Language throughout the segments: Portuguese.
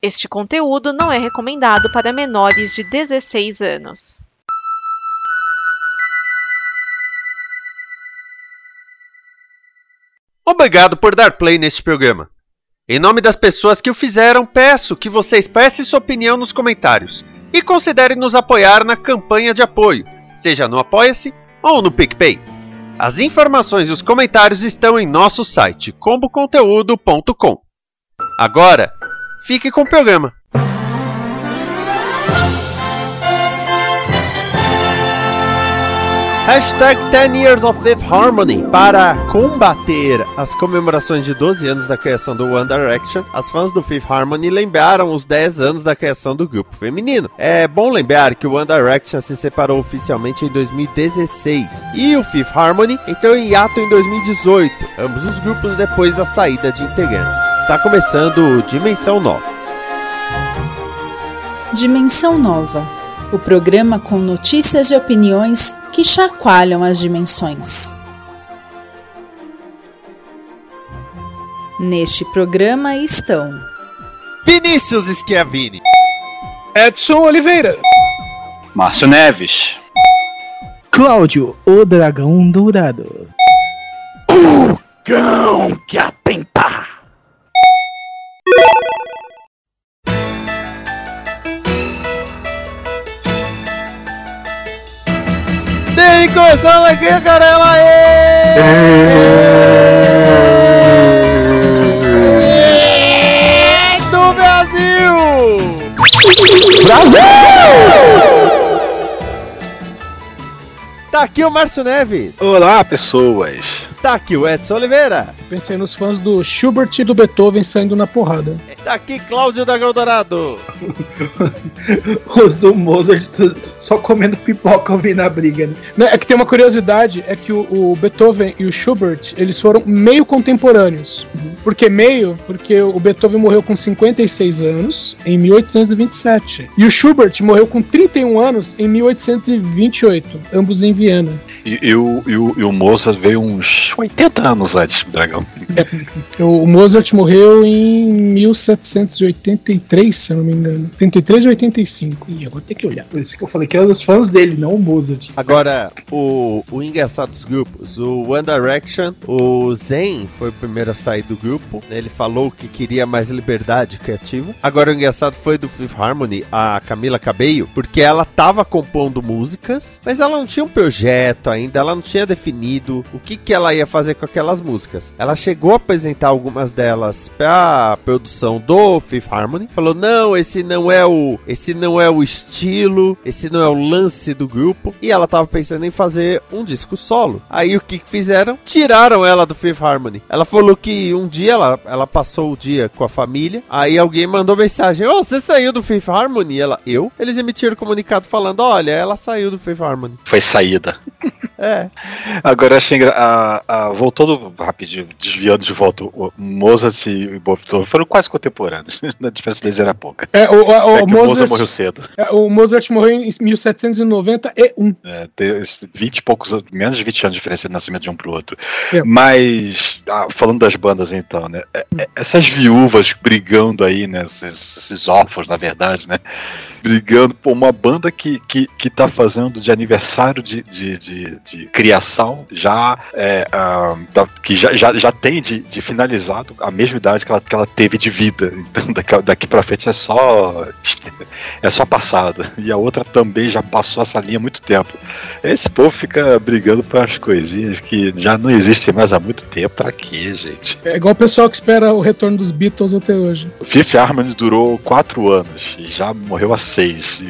Este conteúdo não é recomendado para menores de 16 anos. Obrigado por dar play neste programa. Em nome das pessoas que o fizeram, peço que você expresse sua opinião nos comentários e considere nos apoiar na campanha de apoio, seja no Apoia-se ou no PicPay. As informações e os comentários estão em nosso site comboconteúdo.com. Agora, fique com o programa. Hashtag 10 Years of Fifth Harmony. Para combater as comemorações de 12 anos da criação do One Direction, as fãs do Fifth Harmony lembraram os 10 anos da criação do grupo feminino. É bom lembrar que o One Direction se separou oficialmente em 2016 e o Fifth Harmony entrou em hiato em 2018, ambos os grupos depois da saída de integrantes. Está começando Dimensão Nova. Dimensão Nova, o programa com notícias e opiniões que chacoalham as dimensões. Neste programa estão Vinícius Schiavini, Edson Oliveira, Márcio Neves, Cláudio, o Dragão Dourado, o Cão que atenta. Tem começando aqui, Carela! Do Brasil! Tá aqui o Márcio Neves. Olá, pessoas. Tá aqui o Edson Oliveira. Pensei nos fãs do Schubert e do Beethoven saindo na porrada. Tá aqui Cláudio Dragão Dourado. Os do Mozart só comendo pipoca ouvindo a briga, né? É que tem uma curiosidade, é que o Beethoven e o Schubert, eles foram meio contemporâneos. Por que meio? Porque o Beethoven morreu com 56 anos, em 1827. E o Schubert morreu com 31 anos, em 1828, ambos em Viena. E o Mozart veio uns 80 anos antes do Dragão. O Mozart morreu em 1783, se eu não me engano. 83 ou 85. Ih, agora tem que olhar. Por isso que eu falei que era dos fãs dele, não o Mozart. Agora, o engraçado dos grupos, o One Direction, o Zayn foi o primeiro a sair do grupo. Ele falou que queria mais liberdade criativa. Agora, o engraçado foi do Fifth Harmony, a Camila Cabello, porque ela tava compondo músicas, mas ela não tinha um projeto ainda, ela não tinha definido o que ela ia fazer com aquelas músicas. Ela chegou a apresentar algumas delas pra produção do Fifth Harmony, falou, não, esse não é o estilo, esse não é o lance do grupo, e ela tava pensando em fazer um disco solo. Aí o que fizeram? Tiraram ela do Fifth Harmony. Ela falou que um dia ela passou o dia com a família, aí alguém mandou mensagem, você saiu do Fifth Harmony? Eles emitiram comunicado falando, olha, ela saiu do Fifth Harmony. Foi saída. É. Agora, achei voltando rapidinho, desviando de volta, o Mozart e o Beethoven foram quase contemporâneos. A diferença deles era pouca. O Mozart morreu cedo. O Mozart morreu em 1791. Tem 20 e poucos, menos de 20 anos de diferença de nascimento de um pro outro. Mas, falando das bandas então, né? Essas viúvas brigando aí, né? Esses órfãos, na verdade, né? Brigando por uma banda que tá fazendo de aniversário de criação que já tem de finalizado a mesma idade que ela teve de vida. Então daqui pra frente é só passada. E a outra também já passou essa linha há muito tempo. Esse povo fica brigando por umas coisinhas que já não existem mais há muito tempo. Pra quê, gente? É igual o pessoal que espera o retorno dos Beatles até hoje. O Fifth Harmony durou 4 anos e já morreu há 6.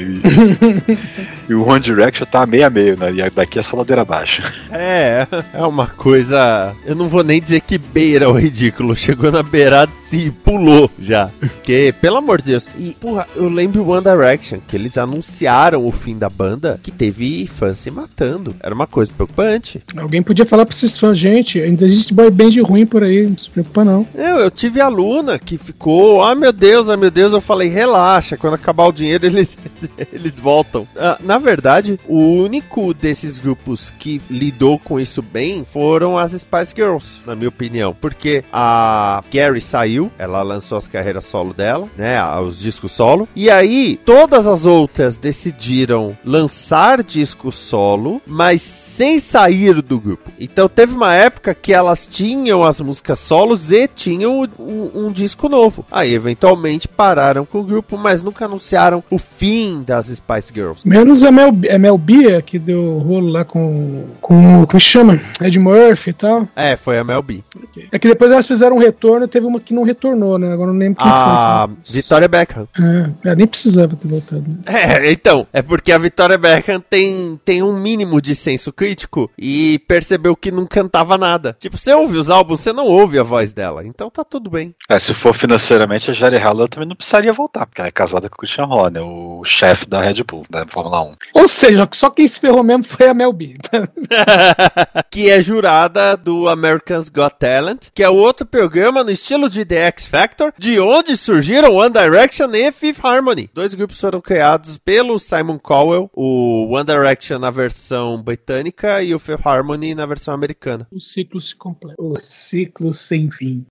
E o One Direction tá meio a meio, né? E daqui é só ladeira abaixo. É uma coisa... Eu não vou nem dizer que beira o ridículo. Chegou na beirada e pulou já. Porque, pelo amor de Deus. E, porra, eu lembro o One Direction, que eles anunciaram o fim da banda, que teve fãs se matando. Era uma coisa preocupante. Alguém podia falar pra esses fãs, gente, ainda existe boy band ruim por aí, não se preocupa não. Eu tive aluna que ficou, meu Deus, eu falei, relaxa, quando acabar o dinheiro eles voltam. Na verdade, o único desses grupos que lidou com isso bem foram as Spice Girls, na minha opinião. Porque a Gary saiu, ela lançou as carreiras solo dela, né? Os discos solo. E aí, todas as outras decidiram lançar discos solo, mas sem sair do grupo. Então teve uma época que elas tinham as músicas solos e tinham um disco novo. Aí, eventualmente, pararam com o grupo, mas nunca anunciaram o fim das Spice Girls. Menos a Mel B, que deu rolo lá como chama? Ed Murphy e tal. É, foi a Mel B. É que depois elas fizeram um retorno, teve uma que não retornou, né? Agora não lembro quem foi. A Victoria Beckham. Nem precisava ter voltado. Então, é porque a Victoria Beckham tem um mínimo de senso crítico e percebeu que não cantava nada. Tipo, você ouve os álbuns, você não ouve a voz dela, então tá tudo bem. Se for financeiramente, a Jerry Haller também não precisaria voltar, porque ela é casada com o Christian Horner, o chefe da Red Bull, da Fórmula 1. Ou seja, só quem se ferrou mesmo foi a Mel B. Que é jurada do America's Got Talent, que é outro programa no estilo de The X Factor, de onde surgiram One Direction e Fifth Harmony. Dois grupos foram criados pelo Simon Cowell, o One Direction na versão britânica e o Fifth Harmony na versão americana. O ciclo se completa. O ciclo sem fim.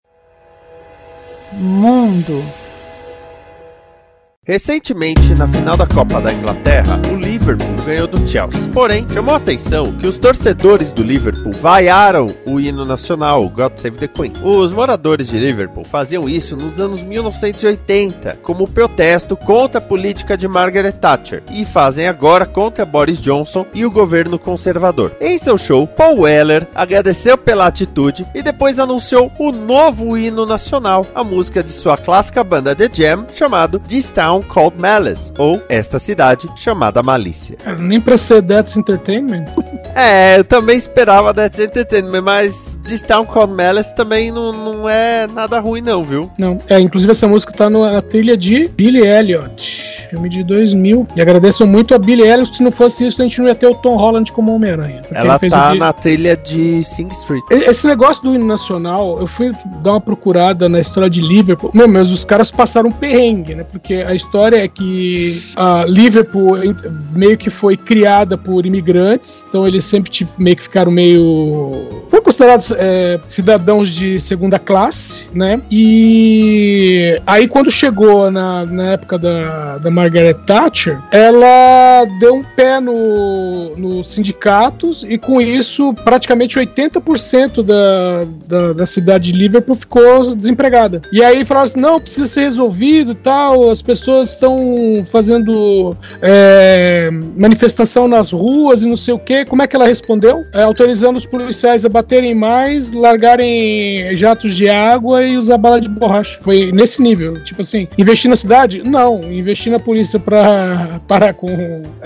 Mundo. Recentemente, na final da Copa da Inglaterra, o Liverpool ganhou do Chelsea. Porém, chamou a atenção que os torcedores do Liverpool vaiaram o hino nacional, God Save the Queen. Os moradores de Liverpool faziam isso nos anos 1980, como protesto contra a política de Margaret Thatcher, e fazem agora contra Boris Johnson e o governo conservador. Em seu show, Paul Weller agradeceu pela atitude e depois anunciou o novo hino nacional, a música de sua clássica banda The Jam, chamado This Town Called Malice, ou Esta Cidade Chamada Malícia. Nem pra ser That's Entertainment. Eu também esperava That's Entertainment, mas This Town Called Malice também não é nada ruim não, viu? Não, inclusive essa música tá na trilha de Billy Elliot, filme de 2000. E agradeço muito a Billy Elliot, se não fosse isso a gente não ia ter o Tom Holland como Homem-Aranha. Ela tá na trilha de Sing Street. Esse negócio do hino nacional, eu fui dar uma procurada na história de Liverpool, mas os caras passaram um perrengue, né? Porque a história é que a Liverpool meio que foi criada por imigrantes, então eles sempre meio que ficaram foram considerados cidadãos de segunda classe, né? E aí quando chegou na época da Margaret Thatcher, ela deu um pé nos sindicatos e com isso praticamente 80% da cidade de Liverpool ficou desempregada. E aí falaram assim, não, precisa ser resolvido e tal, as pessoas estão fazendo manifestação nas ruas e não sei o que. Como é que ela respondeu? Autorizando os policiais a baterem mais, largarem jatos de água e usar bala de borracha. Foi nesse nível. Tipo assim, investir na cidade? Não. Investir na polícia pra parar com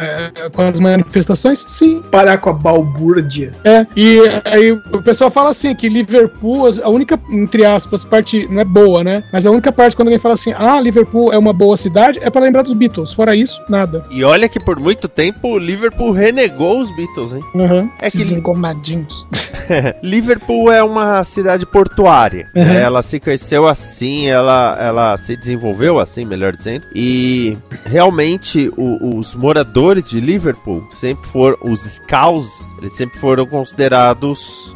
as manifestações? Sim. Parar com a balbúrdia. E aí o pessoal fala assim, que Liverpool, a única, entre aspas, parte, não é boa, né? Mas a única parte quando alguém fala assim, Liverpool é uma boa cidade, é pra lembrar dos Beatles. Fora isso, nada. E olha que por muito tempo o Liverpool renegou os Beatles, hein? Esses engomadinhos. Liverpool é uma cidade portuária. Ela se cresceu assim, ela se desenvolveu assim, melhor dizendo. E realmente os moradores de Liverpool sempre foram, os Scouse, eles sempre foram considerados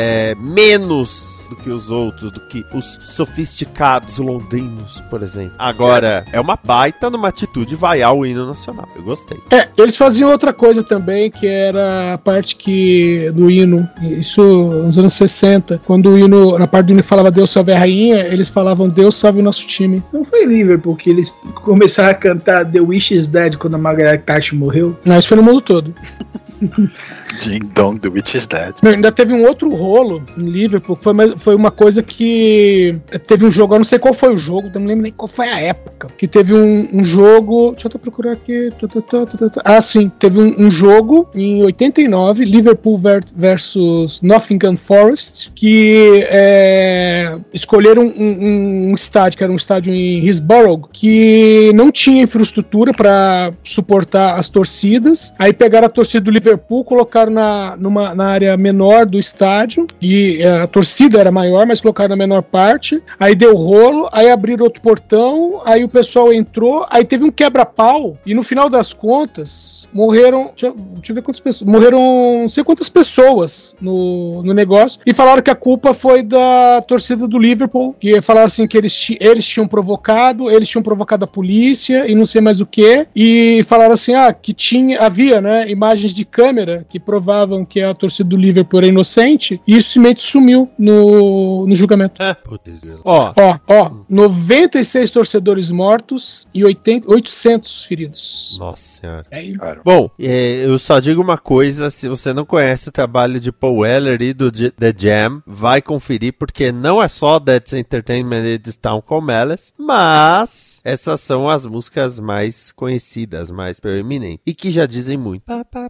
menos do que os outros, do que os sofisticados londrinos, por exemplo. Agora, é uma baita numa atitude vaiar o hino nacional. Eu gostei. Eles faziam outra coisa também, que era a parte do hino, isso nos anos 60, quando o hino, na parte do hino falava Deus salve a rainha, eles falavam Deus salve o nosso time. Não foi Liverpool que eles começaram a cantar The Wish is Dead quando a Margaret Thatcher morreu? Não, isso foi no mundo todo. Ding Dong, The Witch is Dead. Ainda teve um outro rolo em Liverpool, que foi uma coisa que teve um jogo, eu não sei qual foi o jogo, não lembro nem qual foi a época, que teve um jogo, deixa eu até procurar aqui, sim, teve um jogo em 89, Liverpool versus Nottingham Forest, que escolheram um estádio, que era um estádio em Hillsborough, que não tinha infraestrutura para suportar as torcidas, aí pegaram a torcida do Liverpool Liverpool colocaram na área menor do estádio, e a torcida era maior, mas colocaram na menor parte, aí deu rolo, aí abriram outro portão, aí o pessoal entrou, aí teve um quebra-pau, e no final das contas, morreram, deixa eu ver quantas pessoas, morreram não sei quantas pessoas no negócio, e falaram que a culpa foi da torcida do Liverpool, que falaram assim que eles tinham provocado a polícia, e não sei mais o que, e falaram assim, que havia, né, imagens de câmera que provavam que a torcida do Liverpool era inocente, e isso simplesmente sumiu no julgamento. 96 torcedores mortos e 800 feridos. Nossa senhora. Bom, eu só digo uma coisa, se você não conhece o trabalho de Paul Weller e do The Jam, vai conferir, porque não é só That's Entertainment e Town com elas, mas essas são as músicas mais conhecidas, mais proeminentes, e que já dizem muito.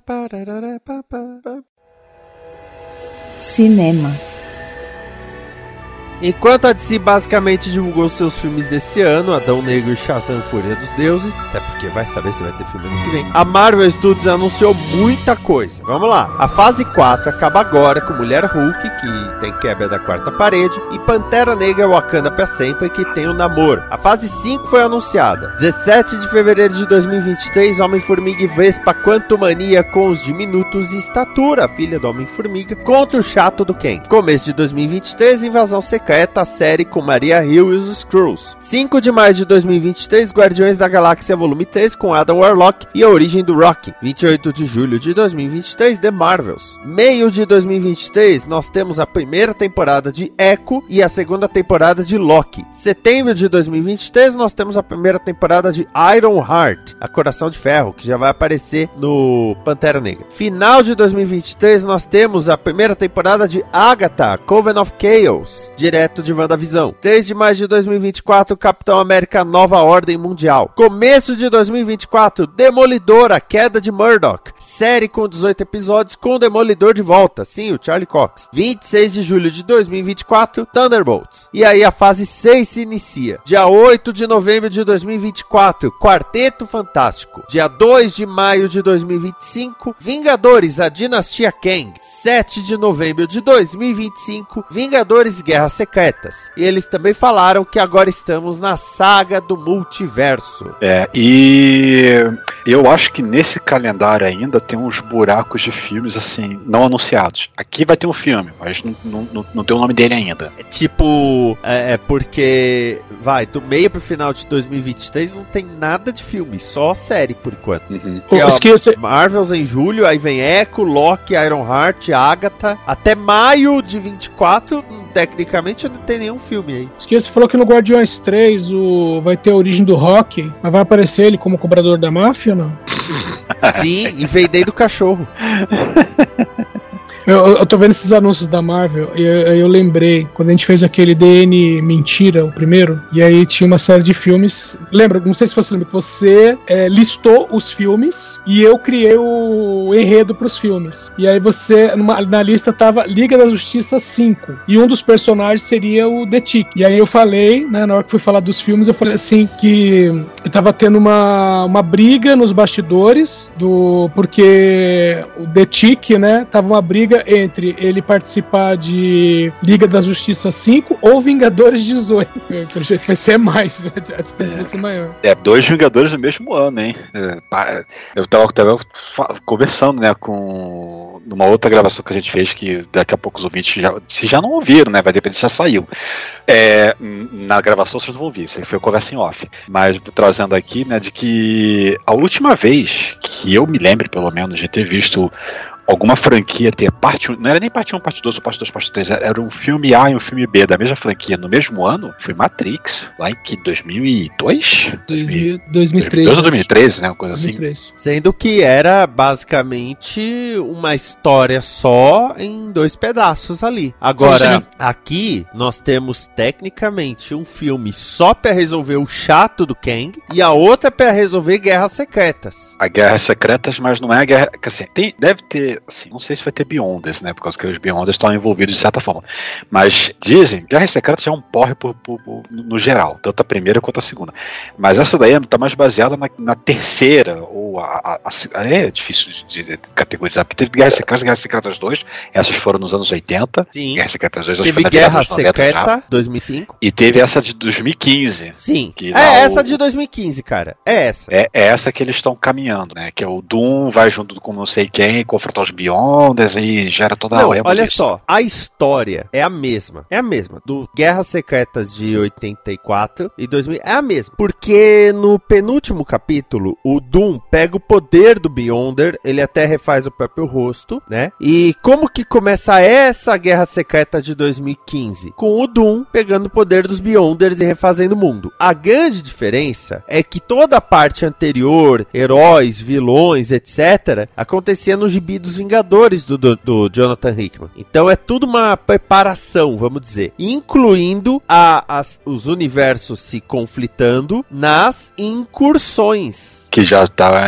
Cinema. Enquanto a DC basicamente divulgou seus filmes desse ano, Adão Negro e Shazam Fúria dos Deuses, até porque vai saber se vai ter filme ano que vem, a Marvel Studios anunciou muita coisa. Vamos lá. A fase 4 acaba agora com Mulher Hulk, que tem quebra da quarta parede, e Pantera Negra Wakanda pra sempre, que tem o namoro. A fase 5 foi anunciada. 17 de fevereiro de 2023, Homem-Formiga e Vespa Quantumania com os diminutos e estatura, filha do Homem-Formiga, contra o chato do Ken. Começo de 2023, Invasão Secreta, a série com Maria Hill e os Skrulls. 5 de maio de 2023, Guardiões da Galáxia Volume 3 com Adam Warlock e a origem do Rocky. 28 de julho de 2023, The Marvels. Meio de 2023, nós temos a primeira temporada de Echo e a segunda temporada de Loki. Setembro de 2023, nós temos a primeira temporada de Iron Heart, a Coração de Ferro, que já vai aparecer no Pantera Negra. Final de 2023, nós temos a primeira temporada de Agatha, Coven of Chaos, direto de WandaVisão. 3 de maio de 2024, Capitão América Nova Ordem Mundial. Começo de 2024, Demolidor, a Queda de Murdoch. Série com 18 episódios com o Demolidor de volta. Sim, o Charlie Cox. 26 de julho de 2024, Thunderbolts. E aí a fase 6 se inicia. Dia 8 de novembro de 2024, Quarteto Fantástico. Dia 2 de maio de 2025, Vingadores, a Dinastia Kang. 7 de novembro de 2025, Vingadores Guerra Secretas. E eles também falaram que agora estamos na saga do multiverso. E eu acho que nesse calendário ainda tem uns buracos de filmes assim, não anunciados. Aqui vai ter um filme, mas não tem o nome dele ainda. Porque do meio pro final de 2023 não tem nada de filme, só série por enquanto. Marvels em julho, aí vem Echo, Loki, Iron Heart, Agatha, até maio de 24, tecnicamente não tem nenhum filme aí. Você falou que no Guardiões 3 vai ter a origem do Rocky, mas vai aparecer ele como cobrador da máfia ou não? Sim, e vendei do cachorro. Eu tô vendo esses anúncios da Marvel e eu lembrei quando a gente fez aquele DN Mentira, o primeiro, e aí tinha uma série de filmes. Lembra? Não sei se você lembra que você listou os filmes e eu criei o enredo pros filmes. E aí você, na lista tava Liga da Justiça 5 e um dos personagens seria o The Tick. E aí eu falei, né, na hora que fui falar dos filmes, eu falei assim que eu tava tendo uma briga nos bastidores porque o The Tick, né, tava uma briga entre ele participar de Liga da Justiça 5 ou Vingadores 18. Pelo jeito vai ser mais, a distância vai ser maior. 2 Vingadores no mesmo ano, hein? Eu tava conversando, né, numa outra gravação que a gente fez, que daqui a pouco os ouvintes já não ouviram, né? Vai depender se já saiu. Na gravação vocês não vão ouvir, isso aí foi conversa em off. Mas trazendo aqui, né, de que a última vez que eu me lembro, pelo menos, de ter visto alguma franquia ter parte 1, não era nem parte 1, parte 2 ou parte 2, parte 3, era um filme A e um filme B da mesma franquia no mesmo ano, foi Matrix, lá em que 2002? 2003. 2002 ou 2013, né, uma coisa 2003. Assim. Sendo que era basicamente uma história só em 2 pedaços ali. Agora, aqui nós temos tecnicamente um filme só pra resolver o chato do Kang e a outra pra resolver Guerras Secretas. A Guerras Secretas, mas não é a guerra, assim, deve ter ter, assim, não sei se vai ter Beyonders, né? Por causa que os Beyonders estão envolvidos de certa forma. Mas dizem, Guerra Secreta já é um porre no geral, tanto a primeira quanto a segunda. Mas essa daí tá mais baseada na terceira, ou é difícil de categorizar, porque teve Guerra Secretas 2, essas foram nos anos 80. Sim. Guerra Secretas 2 teve Guerra Secreta 2005. E teve essa de 2015. Sim. Essa de 2015, cara. É essa. É essa que eles estão caminhando, né? Que é o Doom vai junto com não sei quem, confrontar os Beyonders e gera toda a olha só, a história é a mesma. É a mesma. Do Guerras Secretas de 84 e 2000 é a mesma. Porque no penúltimo capítulo, o Doom pega o poder do Beyonder, ele até refaz o próprio rosto, né? E como que começa essa Guerra Secreta de 2015? Com o Doom pegando o poder dos Beyonders e refazendo o mundo. A grande diferença é que toda a parte anterior, heróis, vilões, etc., acontecia no gibi dos Vingadores do Jonathan Hickman. Então é tudo uma preparação, vamos dizer, incluindo os universos se conflitando nas incursões. Que já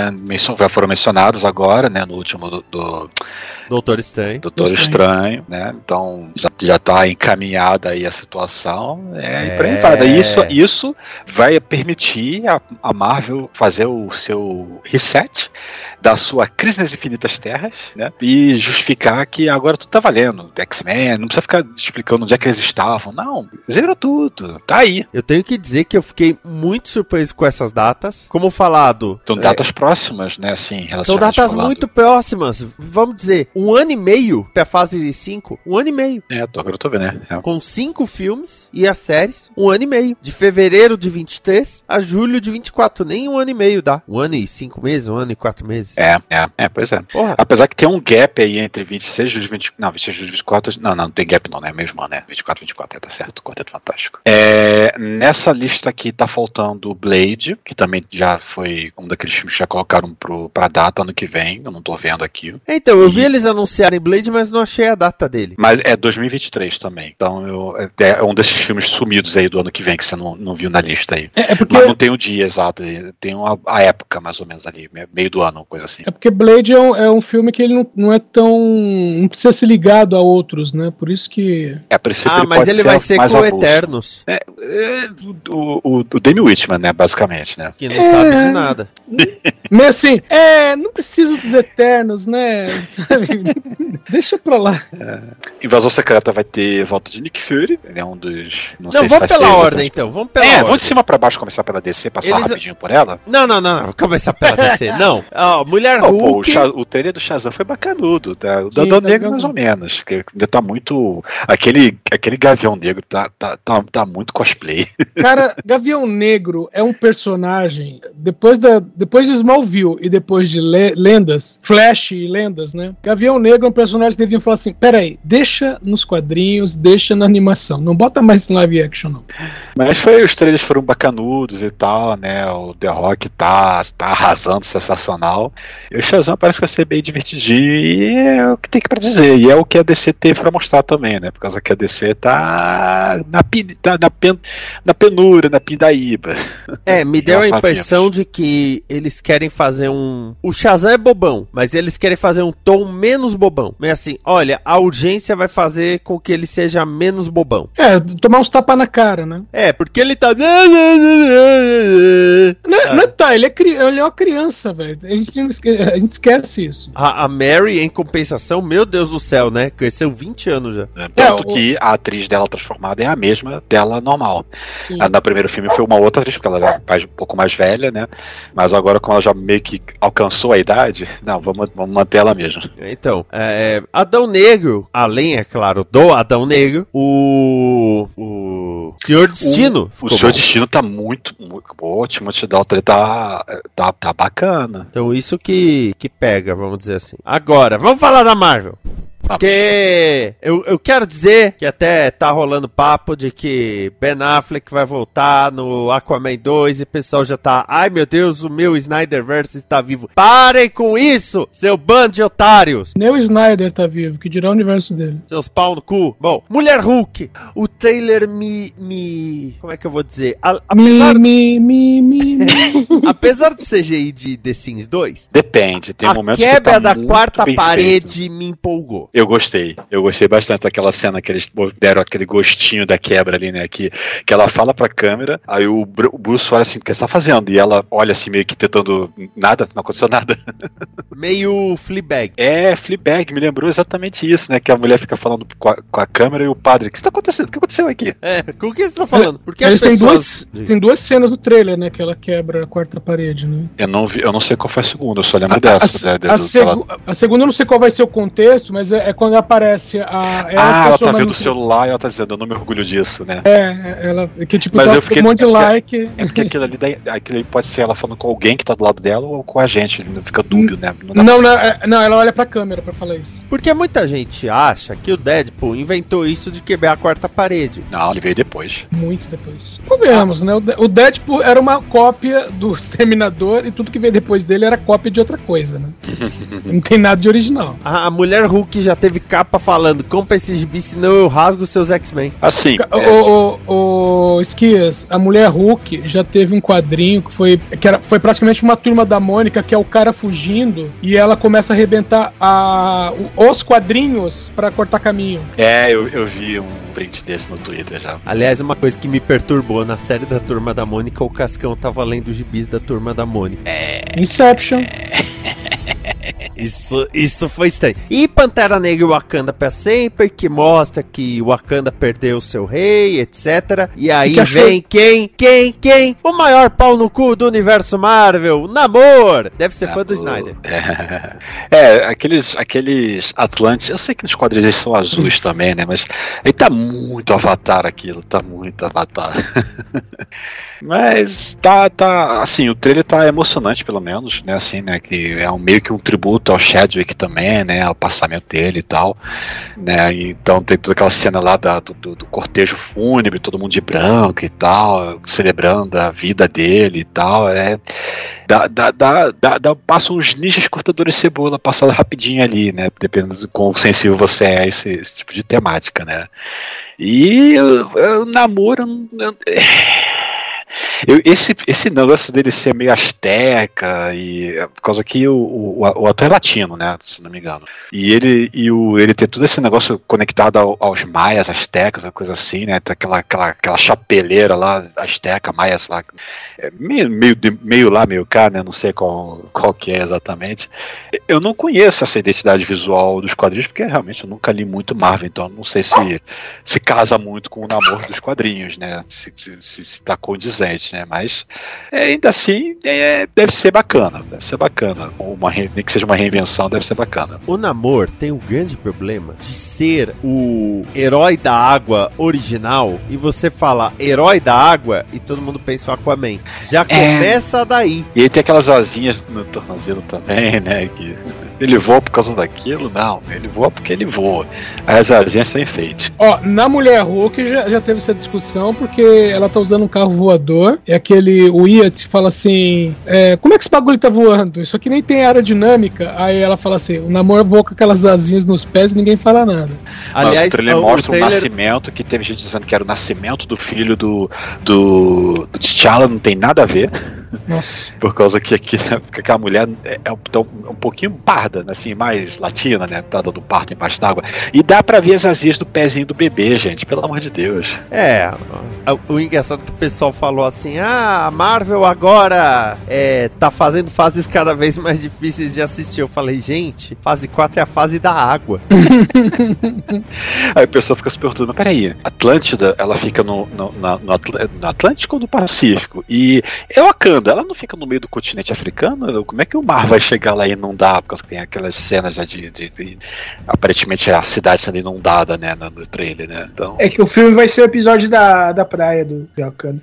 foram mencionados agora, né, no último do Doutor Estranho. Estranho, né? Então já tá encaminhada aí a situação. Empreendada. Isso vai permitir a Marvel fazer o seu reset da sua Crise nas Infinitas Terras, né? E justificar que agora tudo tá valendo. X-Men, não precisa ficar explicando onde é que eles estavam. Não, zerou tudo. Tá aí. Eu tenho que dizer que eu fiquei muito surpreso com essas datas. Como falado... São datas próximas, né? Assim, são datas muito próximas. Vamos dizer, 1 ano e meio pra fase 5. 1 ano e meio. Agora eu tô vendo, né? Com 5 filmes e as séries, 1 ano e meio. De fevereiro de 23 a julho de 24. Nem 1 ano e meio dá. 1 ano e 5 meses, 1 ano e 4 meses. Pois é. Porra. Apesar que tem um gap aí entre 26 e 24. Não, 26 e 24. Não tem gap não, né? Mesmo ano, né? 24 e 24, tá certo. Quarteto Fantástico. Nessa lista aqui tá faltando o Blade, que também já foi um daqueles filmes que já colocaram pra data ano que vem. Eu não tô vendo aqui. Então, eu vi eles anunciarem Blade, mas não achei a data dele. Mas é 2023 também. Então é um desses filmes sumidos aí do ano que vem, que você não viu na lista aí. Porque... Mas não tem o dia exato, tem a época mais ou menos ali, meio do ano, coisa assim. É porque Blade é um filme que ele não é tão... não precisa ser ligado a outros, né? Por isso que... mas ele vai ser com Eternos. O Demi Whitman, né, basicamente, né? Que não sabe de nada. Mas assim, não precisa dos Eternos, né? Sabe? Deixa pra lá. Invasão Secreta vai ter volta de Nick Fury, ele é um dos... Não, vamos pela ordem, então. Vamos pela ordem. Vamos de cima pra baixo, começar pela DC, passar rapidinho por ela? Não, começar pela DC, não. Mulher Hulk... O trailer do Shazam foi bacanudo, tá? O Adão Negro mais ou menos, que ainda tá muito... Aquele Gavião Negro tá muito cosplay. Cara, Gavião Negro é um personagem, depois de Smallville e depois de Lendas, Flash e Lendas, né? Gavião Negro é um personagem que deviam falar assim, peraí, deixa nos quadrinhos, deixa na animação, não bota mais em live action, não. Mas os trailers foram bacanudos e tal, né? O The Rock tá arrasando, sensacional. E o Shazam parece que vai ser bem divertidinho e é o que tem pra dizer. E é o que a DC teve pra mostrar também, né? Por causa que a DC tá na penura, na pindaíba. Me deu a impressão de que eles querem fazer o Shazam é bobão, mas eles querem fazer um tom menos bobão. Mas assim, olha, a urgência vai fazer com que ele seja menos bobão. Tomar uns tapas na cara, né? Porque ele tá... Ele é uma criança, velho. A gente esquece isso. A Mary, em compensação, meu Deus do céu, né? Cresceu 20 anos já. Tanto que a atriz dela transformada é a mesma dela normal. No primeiro filme foi uma outra atriz, porque ela era um pouco mais velha, né? Mas agora, como ela já meio que alcançou a idade, não, vamos manter ela mesma. Então, Adão Negro, além, é claro, do Adão Negro, o Senhor Destino. O Senhor Destino tá muito ótimo, ele tá bacana. Então isso que pega, vamos dizer assim. Agora, vamos falar da Marvel. Porque eu quero dizer que até tá rolando papo de que Ben Affleck vai voltar no Aquaman 2 e o pessoal já tá, ai meu Deus, o meu Snyderverse está vivo. Parem com isso, seu bando de otários. Nem o Snyder tá vivo, que dirá o universo dele. Seus pau no cu. Bom, Mulher Hulk. O trailer como é que eu vou dizer? apesar do CGI de The Sims 2, depende, tem momentos que a quebra tá da quarta bem parede feito. Me empolgou. Eu gostei bastante daquela cena que eles deram aquele gostinho da quebra ali, né, que ela fala pra câmera, aí o Bruce olha assim, o que você tá fazendo? E ela olha assim, meio que tentando, nada, não aconteceu nada. Meio Fleabag. Fleabag, me lembrou exatamente isso, né, que a mulher fica falando com a câmera e o padre, o que está acontecendo? O que aconteceu aqui? Com o que você tá falando? Porque eles tem duas cenas no trailer, né, que ela quebra a quarta parede, né? Eu não sei qual foi a segunda, eu só lembro dessa. A segunda eu não sei qual vai ser o contexto, mas é quando aparece ela tá vendo o celular e ela tá dizendo, eu não me orgulho disso, né? Ela que tipo, mas tá eu fiquei, um monte de like. Porque aquilo ali pode ser ela falando com alguém que tá do lado dela ou com a gente, ele não fica dúbio, né? Não, ela olha pra câmera pra falar isso. Porque muita gente acha que o Deadpool inventou isso de quebrar a quarta parede. Não, ele veio depois. Muito depois. Convenhamos, né? O Deadpool era uma cópia do Exterminador e tudo que veio depois dele era cópia de outra coisa, né? Não tem nada de original. A mulher Hulk já teve capa falando, compra esse gibi, senão eu rasgo seus X-Men. Assim. O Esquias, a mulher Hulk já teve um quadrinho foi praticamente uma turma da Mônica, que é o cara fugindo e ela começa a arrebentar os quadrinhos pra cortar caminho. Eu vi um print desse no Twitter já. Aliás, uma coisa que me perturbou na série da Turma da Mônica, o Cascão tava lendo os gibis da Turma da Mônica. Inception. Isso foi estranho. E Pantera Negra e Wakanda pra sempre, que mostra que Wakanda perdeu seu rei, etc. E aí vem quem? O maior pau no cu do universo Marvel, Namor. Deve ser fã do Snyder. Aqueles Atlantes, eu sei que nos quadrinhos eles são azuis também, né? Mas aí tá muito Avatar aquilo, tá muito Avatar. Mas tá, assim, o trailer tá emocionante, pelo menos, né, assim, né, que é meio que um tributo ao Chadwick também, né, ao passamento dele e tal, né, então tem toda aquela cena lá do cortejo fúnebre, todo mundo de branco e tal, celebrando a vida dele e tal, passa uns ninjas cortadores de cebola passada rapidinho ali, né, dependendo do quão sensível você é a esse tipo de temática, né, e o namoro... Esse negócio dele ser meio asteca e por causa que o ator é latino, né, se não me engano, e ele tem todo esse negócio conectado aos maias, astecas, uma coisa assim, né, tem aquela chapeleira lá, asteca, maias lá, meio lá, meio cá, né, não sei qual que é exatamente. Eu não conheço essa identidade visual dos quadrinhos, porque realmente eu nunca li muito Marvel, então não sei se casa muito com o namoro dos quadrinhos, né, se tá condizente, né? Mas ainda assim deve ser bacana. Nem que seja uma reinvenção, deve ser bacana. O Namor tem um grande problema de ser o herói da água original e você fala herói da água e todo mundo pensa o Aquaman. Já começa daí. E ele tem aquelas asinhas no tornozelo também, né? Que ele voa por causa daquilo? Não, ele voa porque ele voa. As asinhas são enfeite. Na Mulher Hulk já teve essa discussão porque ela tá usando um carro voador. O Iat fala assim, como é que esse bagulho tá voando? Isso aqui nem tem aerodinâmica. Aí ela fala assim, o Namor voa com aquelas asinhas nos pés e ninguém fala nada. Aliás, o trailer mostra o nascimento, que teve gente dizendo que era o nascimento do filho do T'Challa, não tem nada a ver. Nossa. Por causa que a mulher é um pouquinho parda, né, assim, mais latina, né? Tá dando parto embaixo d'água. E dá pra ver as asinhas do pezinho do bebê, gente, pelo amor de Deus. O engraçado é que o pessoal falou assim, a Marvel agora tá fazendo fases cada vez mais difíceis de assistir. Eu falei, gente, fase 4 é a fase da água. Aí a pessoa fica se perguntando, mas peraí, Atlântida, ela fica no Atlântico ou no Pacífico? E Wakanda, ela não fica no meio do continente africano? Como é que o mar vai chegar lá e inundar? Porque tem aquelas cenas já de aparentemente a cidade sendo inundada, né, no trailer, né? Então... É que o filme vai ser o episódio da praia do Wakanda.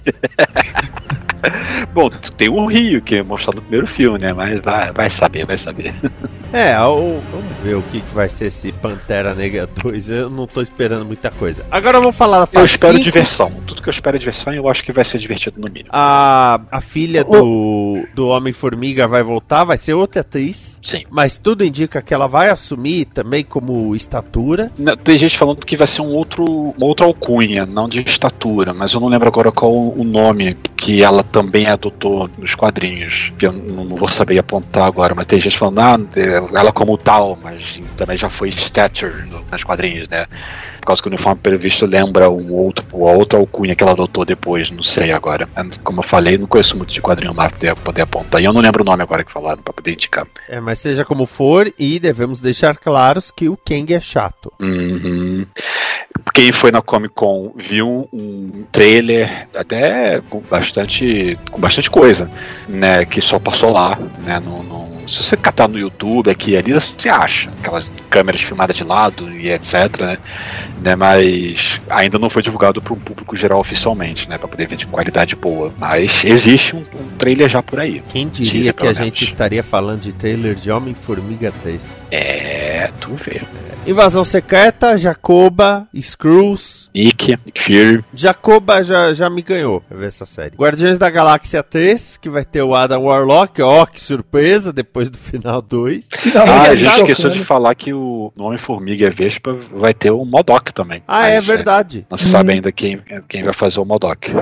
Bom, tem o Rio, que é mostrado no primeiro filme, né? Mas vai saber. Vamos ver o que vai ser esse Pantera Negra 2. Eu não tô esperando muita coisa. Agora vamos falar da fase 5. Eu espero diversão. Tudo que eu espero é diversão e eu acho que vai ser divertido no mínimo. A filha do Homem-Formiga vai voltar, vai ser outra atriz. Sim. Mas tudo indica que ela vai assumir também como estatura. Tem gente falando que vai ser uma outra alcunha, não de estatura, mas eu não lembro agora qual o nome que ela também adotou nos quadrinhos. Que eu não vou saber apontar agora, mas tem gente falando, ela como tal, mas também já foi stature nos quadrinhos, né? Por causa que o uniforme previsto lembra a outra alcunha que ela adotou depois, não sei agora. Como eu falei, não conheço muito de quadrinho lá pra poder apontar. E eu não lembro o nome agora que falaram pra poder indicar. Mas seja como for, e devemos deixar claros que o Kang é chato. Uhum. Quem foi na Comic Con viu um trailer até com bastante coisa, né? Que só passou lá, né? Se você catar no YouTube aqui e ali, você acha aquelas câmeras filmadas de lado e etc, né? Mas ainda não foi divulgado para um público geral oficialmente, né? Para poder ver de qualidade boa. Mas existe um trailer já por aí. Quem diria que a gente estaria falando de trailer de Homem-Formiga 3? Tu vê. Invasão Secreta, Jacoba, Skrulls, Nick Fury. Jacoba já me ganhou pra ver essa série. Guardiões da Galáxia 3, que vai ter o Adam Warlock. Que surpresa, depois do final 2. A gente esqueceu de falar que o Homem-Formiga e a Vespa vai ter o MODOK também. É verdade. Não se sabe ainda quem vai fazer o MODOK.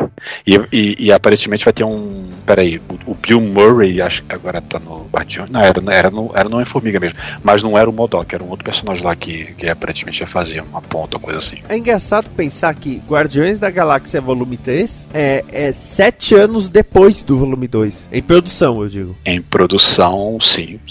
E aparentemente vai ter o Bill Murray, acho que agora tá no Guardiões. Não, era no Homem-Formiga mesmo. Mas não era o MODOK, era um outro personagem lá que aparentemente ia fazer uma ponta ou coisa assim. É engraçado pensar que Guardiões da Galáxia Volume 3 é 7 anos depois do Volume 2. Em produção, eu digo. Em produção, sim.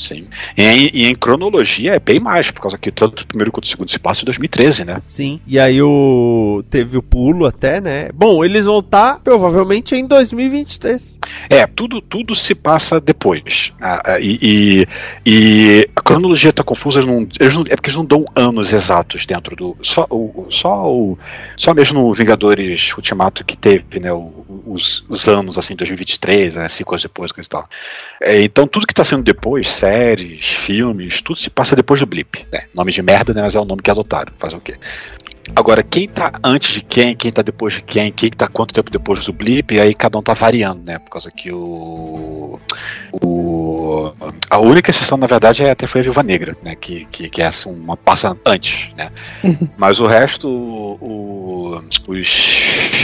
E em cronologia é bem mais, por causa que tanto o primeiro quanto o segundo se passa em 2013, né? Sim. E aí teve o pulo até, né? Bom, eles vão estar provavelmente em 2023. Tudo se passa depois. E a cronologia tá confusa, é porque eles não dão anos exatos dentro do... Só mesmo no Vingadores Ultimato que teve, né, os anos, assim, 2023, né, 5 anos depois, coisa e tal. Então tudo que tá sendo depois, séries, filmes, tudo se passa depois do blip, né? Nome de merda, né, mas é o nome que adotaram. Fazer o quê? Agora, quem tá antes de quem tá depois de quem tá quanto tempo depois do blip, e aí cada um tá variando, né? Por causa que a única exceção, na verdade, até foi a Viúva Negra, né? Que é uma passa antes, né? Mas o resto, os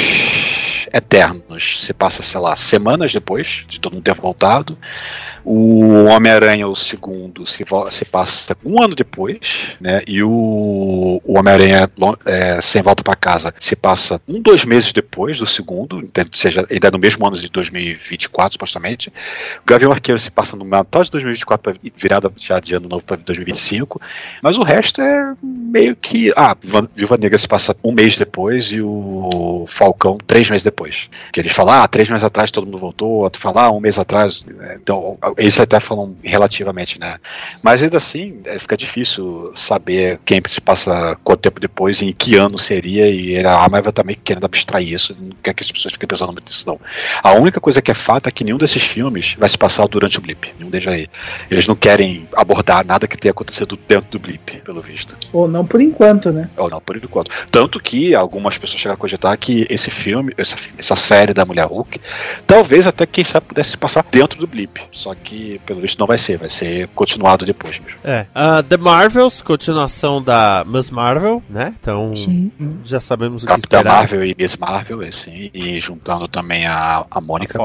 Eternos se passa, sei lá, semanas depois de todo mundo ter voltado. O Homem-Aranha, o segundo, se passa um ano depois, né? E o Homem-Aranha Sem Volta para Casa se passa 2 meses depois do segundo, seja, ainda no mesmo ano de 2024, supostamente. O Gavião Arqueiro se passa no Natal de 2024, virada já de ano novo para 2025. Mas o resto é meio que... Viúva Negra se passa 1 mês depois e o Falcão 3 meses depois. Que eles falam, 3 meses atrás todo mundo voltou, outro fala, 1 mês atrás. Então, eles até falam relativamente, né? Mas ainda assim, fica difícil saber quem se passa quanto tempo depois e em que ano seria, e a Marvel tá meio querendo abstrair isso, não quer que as pessoas fiquem pensando muito nisso, não. A única coisa que é fato é que nenhum desses filmes vai se passar durante o blip, nenhum deles aí. Eles não querem abordar nada que tenha acontecido dentro do blip, pelo visto. Ou não por enquanto, né? Ou não por enquanto. Tanto que algumas pessoas chegaram a cogitar que esse filme, essa série da Mulher Hulk, talvez até, quem sabe, pudesse passar dentro do blip, só que pelo visto não vai ser continuado depois mesmo. The Marvels, continuação da Miss Marvel, né? Então, sim, já sabemos o que esperar. Capitã Marvel e Miss Marvel, assim, e juntando também a Mônica.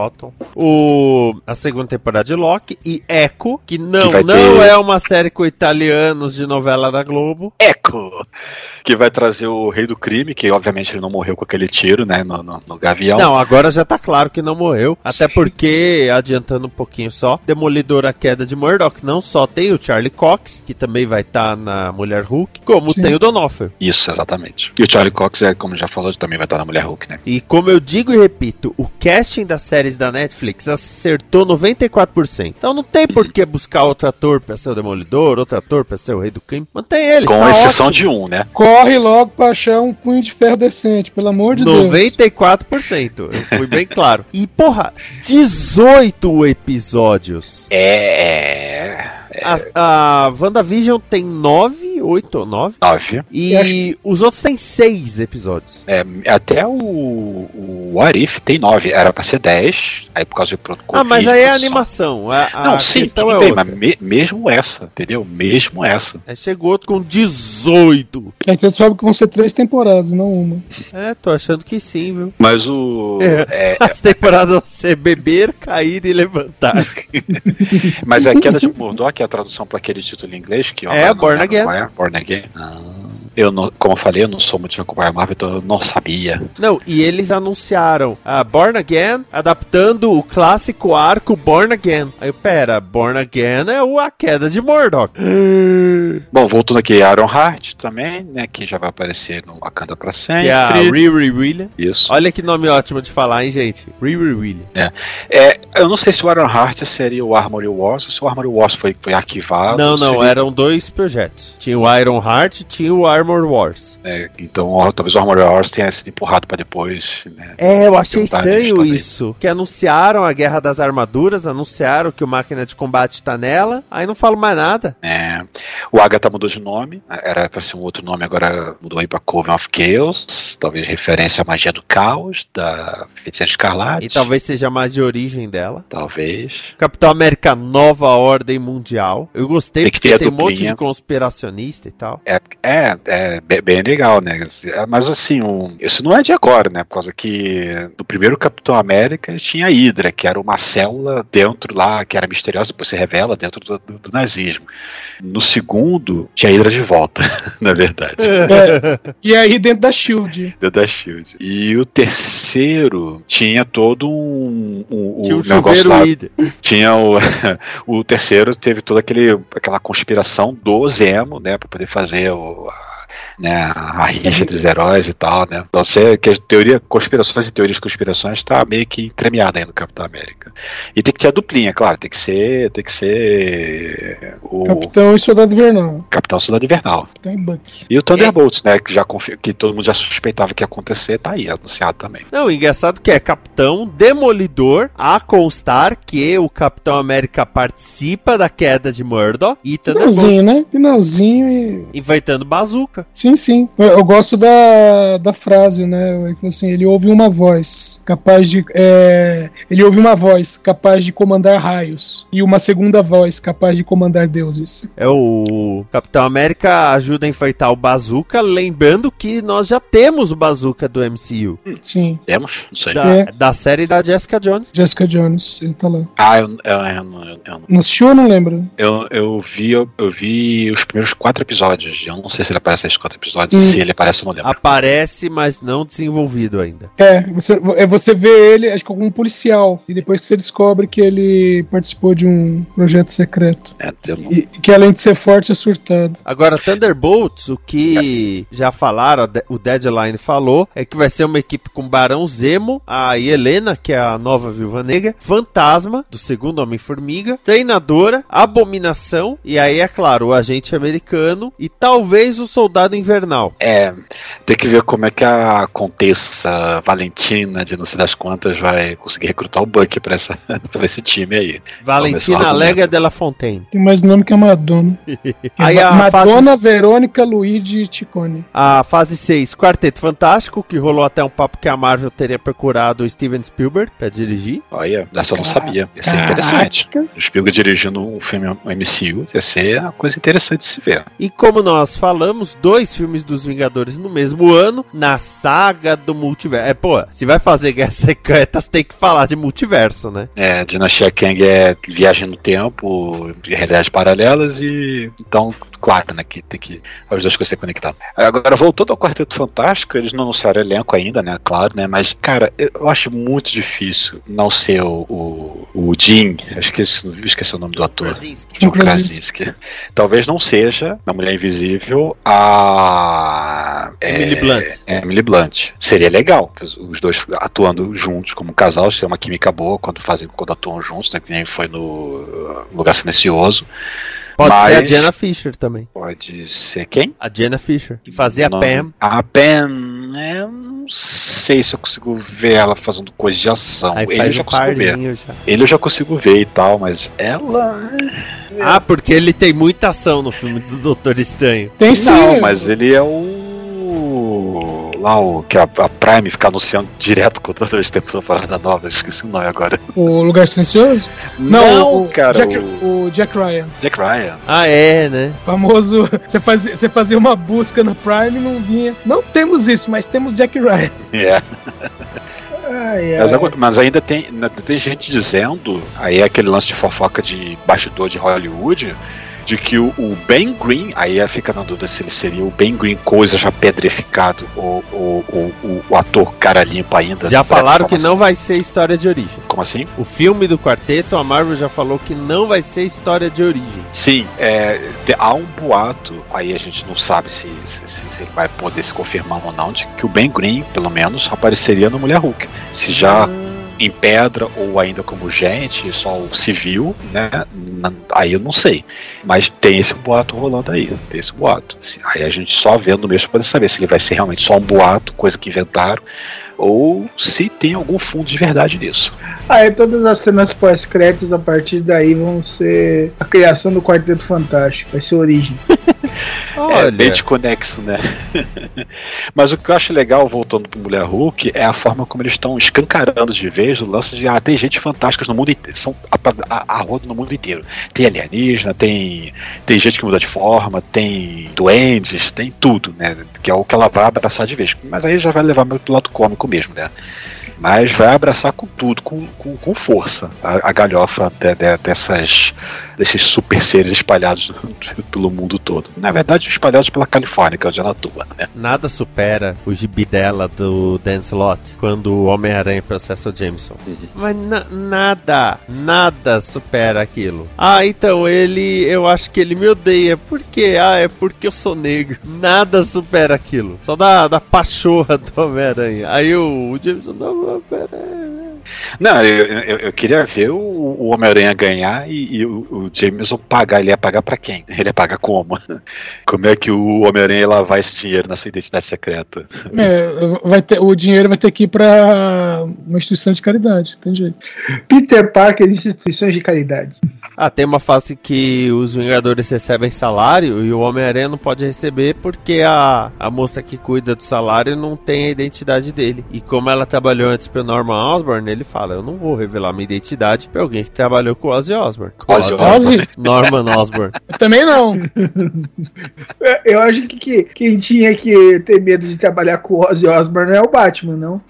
A segunda temporada de Loki e Echo, que não é uma série com italianos de novela da Globo. Echo! Que vai trazer o Rei do Crime, que obviamente ele não morreu com aquele tiro, né, no Gavião. Não, agora já tá claro que não morreu, até porque, adiantando um pouquinho só, Demolidor, a Queda de Murdoch, não só tem o Charlie Cox, que também vai estar na Mulher Hulk, como tem o D'Onofrio. Isso, exatamente. E o Charlie Cox, como já falou, também vai estar na Mulher Hulk, né? E como eu digo e repito, o casting das séries da Netflix acertou 94%. Então não tem por que buscar outro ator pra ser o Demolidor, outro ator pra ser o Rei do Crime. Mantém ele. Com exceção de um, né? Corre logo pra achar um punho de ferro decente, pelo amor de Deus. 94%. Eu fui bem claro. E, 18 episódios. A WandaVision tem 8 ou 9. 9. E os outros tem 6 episódios. Até o What If tem 9. Era pra ser 10. Aí por causa do Covid. Mas aí é a animação. Não, sim, tudo bem, mas mesmo essa, entendeu? Mesmo essa. Chegou outro com 18. Você sabe que vão ser 3 temporadas, não uma. Tô achando que sim, viu? Mas as temporadas vão ser beber, cair e levantar. Mas a Queda de Murdoch é a tradução para aquele título em inglês que Born Again. Born Again. Eu não, como eu falei, eu não sou muito de acompanhar Marvel, então eu não sabia. Não, e eles anunciaram a Born Again adaptando o clássico arco Born Again. Aí, Born Again é a Queda de Murdoch. Bom, voltando aqui, Ironheart também, né, que já vai aparecer no Wakanda pra sempre. Que é a Riri Williams. Isso. Olha que nome ótimo de falar, hein, gente? Riri Williams. Eu não sei se o Ironheart seria o Armory Wars ou se o Armory Wars foi arquivado. Não, eram 2 projetos. Tinha o Ironheart e tinha o Armor Wars. Então talvez o Armory Wars tenha sido empurrado pra depois. Né? Eu achei estranho isso. Que anunciaram a Guerra das Armaduras, anunciaram que o Máquina de Combate tá nela, aí não falo mais nada. O Agatha mudou de nome, era pra ser um outro nome, agora mudou aí pra Coven of Chaos, talvez referência à magia do caos, da Feiticeira Escarlate. E talvez seja mais de origem dela. Talvez. Capitão América Nova Ordem Mundial. Eu gostei porque tem um monte de conspiracionista e tal. É bem legal, né? Mas assim, isso não é de agora, né? Por causa que no primeiro Capitão América tinha a Hydra, que era uma célula dentro lá, que era misteriosa, depois se revela dentro do nazismo. No segundo, tinha a Hydra de volta, na verdade. E aí dentro da SHIELD. Dentro da SHIELD. E o terceiro tinha todo tinha um negócio lá. Hydra. Tinha o terceiro teve toda aquela conspiração do Zemo, né, para poder fazer a rixa entre os heróis e tal, né? Então, conspirações e teorias de conspirações está meio que entremeada aí no Capitão América. E tem que ter a duplinha, claro, tem que ser o Capitão e Soldado Invernal. Capitão e Soldado Invernal. Capitão e Bucky. E o Thunderbolts, né, que todo mundo já suspeitava que ia acontecer, tá aí, anunciado também. Não, engraçado que é Capitão Demolidor, a constar que o Capitão América participa da queda de Murdoch e Thunderbolts. Finalzinho, né? Finalzinho e... Inventando bazuca. Sim. Eu gosto da frase, né? Ele falou assim, ele ouve uma voz capaz de comandar raios e uma segunda voz capaz de comandar deuses. O Capitão América ajuda a enfeitar o bazuca, lembrando que nós já temos o bazuca do MCU. Sim. Temos? Não sei. Da série da Jessica Jones. Jessica Jones, ele tá lá. Eu não. Não assistiu ou não lembra? Eu vi os primeiros 4 episódios. Eu não sei se ele aparece nesses 4 episódios. Se ele aparece, eu não lembro. Aparece, mas não desenvolvido ainda. Você vê ele, acho que como um policial. E depois que você descobre que ele participou de um projeto secreto. E que além de ser forte, é surtado. Agora, Thunderbolts, o que já falaram, o Deadline falou, é que vai ser uma equipe com Barão Zemo, a Helena, que é a nova Viúva Negra, Fantasma, do segundo Homem-Formiga, Treinadora, Abominação, e aí, é claro, o Agente Americano e talvez o Soldado Invernal. Tem que ver como é que a Contessa Valentina, de não sei das quantas, vai conseguir recrutar o Bucky pra esse time aí. Valentina Lega de la Fontaine. Tem mais nome que a Madonna. Aí Madonna, Verônica, Luigi e Ticone. A fase 6, Quarteto Fantástico, que rolou até um papo que a Marvel teria procurado o Steven Spielberg pra dirigir. Olha, dessa eu não sabia. Ia ser interessante. O Spielberg dirigindo um filme MCU, ia ser uma coisa interessante de se ver. E como nós falamos, 2 filmes dos Vingadores no mesmo ano, na saga do multiverso. Se vai fazer Guerras Secretas, tem que falar de multiverso, né? Dinastia Kang é viagem no tempo, realidades paralelas e então, claro, né, que tem que as duas coisas se conectar. Agora, voltando ao Quarteto Fantástico, eles não anunciaram elenco ainda, né, claro, né, mas, cara, eu acho muito difícil não ser o Jean, esqueci o nome do ator. John Krasinski. Talvez não seja, na Mulher Invisível, a Emily Blunt. Seria legal, os dois atuando juntos como um casal, se é uma química boa quando atuam juntos, né, que nem foi no Lugar Silencioso. Pode ser a Jenna Fischer também. Pode ser quem? A Jenna Fischer, que fazia a Pam. A Pam, não sei se eu consigo ver ela fazendo coisa de ação. Aí Ele eu faz já o consigo ver. parzinho já. Ele eu já consigo ver e tal, mas ela... Ah, porque ele tem muita ação no filme do Doutor Estranho. Tem sim. Não, mas ele é o... Lá o que a Prime fica anunciando direto com todas as temporadas novas. Esqueci o nome agora. O Lugar Silencioso? Não, o cara. o Jack Ryan. Jack Ryan. Ah, é, né? Famoso. Você fazia uma busca no Prime e não vinha. Não temos isso, mas temos Jack Ryan. É. Ai, ai. Mas ainda tem gente dizendo, aí é aquele lance de fofoca de bastidor de Hollywood, de que o Ben Green, aí fica na dúvida se ele seria o Ben Green coisa já pedrificado ou o ator cara limpa ainda. Já falaram que não vai ser história de origem. Como assim? O filme do quarteto, a Marvel já falou que não vai ser história de origem. Sim, há um boato, aí a gente não sabe se ele vai poder se confirmar ou não, de que o Ben Green, pelo menos, apareceria no Mulher Hulk. Se já em pedra ou ainda como gente, só o civil, né? Aí eu não sei. Mas tem esse boato rolando aí. Tem esse boato. Aí a gente só vendo mesmo pode saber se ele vai ser realmente só um boato, coisa que inventaram, ou se tem algum fundo de verdade nisso. Aí todas as cenas pós-créditos a partir daí vão ser a criação do Quarteto Fantástico. Vai ser Origem. É bem desconexo, né? Mas o que eu acho legal, voltando pro Mulher Hulk, é a forma como eles estão escancarando de vez o lance de tem gente fantástica no mundo inteiro, são a roda no mundo inteiro. Tem alienígena, tem gente que muda de forma, tem duendes, tem tudo, né? Que é o que ela vai abraçar de vez. Mas aí já vai levar pro lado cômico mesmo, né? Mas vai abraçar com tudo, com força, a galhofa desses super seres espalhados pelo mundo todo. Na verdade, espalhados pela Califórnia, que é onde ela atua, né? Nada supera o gibi dela do Dan Slott, quando o Homem-Aranha processa o Jameson. Mas nada supera aquilo. Ah, então eu acho que ele me odeia. Por quê? Ah, é porque eu sou negro. Nada supera aquilo. Só da pachorra do Homem-Aranha. Aí o Jameson, não, pera. Não, eu queria ver o Homem-Aranha ganhar e o Jameson pagar. Ele ia pagar pra quem? Ele ia pagar como? Como é que o Homem-Aranha ia lavar esse dinheiro nessa identidade secreta? O dinheiro vai ter que ir pra uma instituição de caridade, tem jeito. Peter Parker e instituições de caridade. Ah, tem uma fase que os Vingadores recebem salário e o Homem-Aranha não pode receber porque a moça que cuida do salário não tem a identidade dele. E como ela trabalhou antes pro Norman Osborn, ele fala, eu não vou revelar minha identidade pra alguém que trabalhou com o Ozzy Osbourne. Ozzy? Norman Osborn. Eu também não. Eu acho que quem tinha que ter medo de trabalhar com o Ozzy Osbourne é o Batman, não?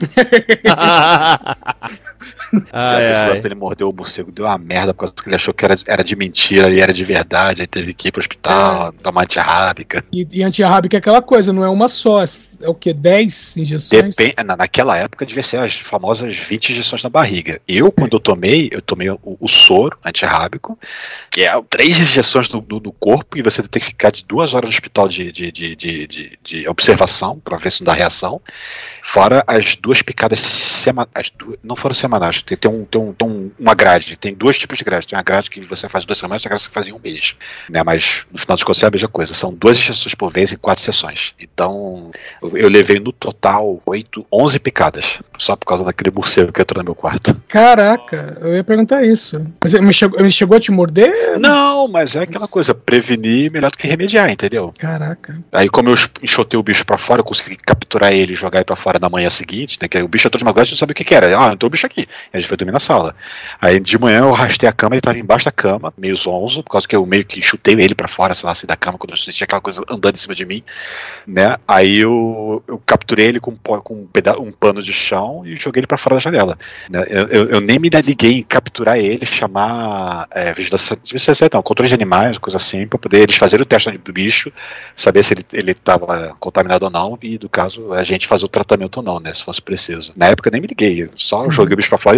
Esse lance dele mordeu o morcego, deu uma merda por causa que ele achou que era de mentira e era de verdade, aí teve que ir pro hospital, tomar antirrábica. E antirrábica é aquela coisa, não é uma só, é o que? 10 injeções? Naquela época devia ser as famosas 20 injeções na barriga. Quando eu tomei o soro antirrábico, que é 3 injeções no corpo, e você tem que ficar de 2 horas no hospital de observação pra ver se não dá reação. Fora as 2 picadas semanais, não foram semanais, tem uma grade, tem 2 tipos de grade, tem uma grade que você faz 2 semanas, tem uma grade que você faz em 1 mês, né? Mas no final de contas é a mesma coisa, são 2 injeções por vez em 4 sessões. Então eu levei no total 11 picadas, só por causa daquele morcego que entrou no meu quarto. Caraca, eu ia perguntar isso. Mas ele chegou a te morder? Não, mas é aquela coisa, prevenir melhor do que remediar, entendeu? Caraca. Aí como eu enxotei o bicho pra fora, eu consegui capturar ele e jogar ele pra fora na manhã seguinte, né? Que o bicho entrou de madrugada e não sabia o que era. Entrou o bicho aqui. E a gente foi dormir na sala. Aí de manhã eu arrastei a cama, ele tava embaixo da cama, meio zonzo, por causa que eu meio que chutei ele pra fora, sei lá, assim, da cama, quando eu senti aquela coisa andando em cima de mim, né? Aí eu capturei ele com um pano de chão e joguei ele pra fora da janela. Né? Eu nem me liguei em capturar ele, chamar vigilância não, controle de animais, coisa assim, pra poder eles fazerem o teste do bicho, saber se ele tava contaminado ou não, e do caso a gente fazer o tratamento ou não, né? Se fosse preciso. Na época eu nem me liguei, só joguei o bicho pra fora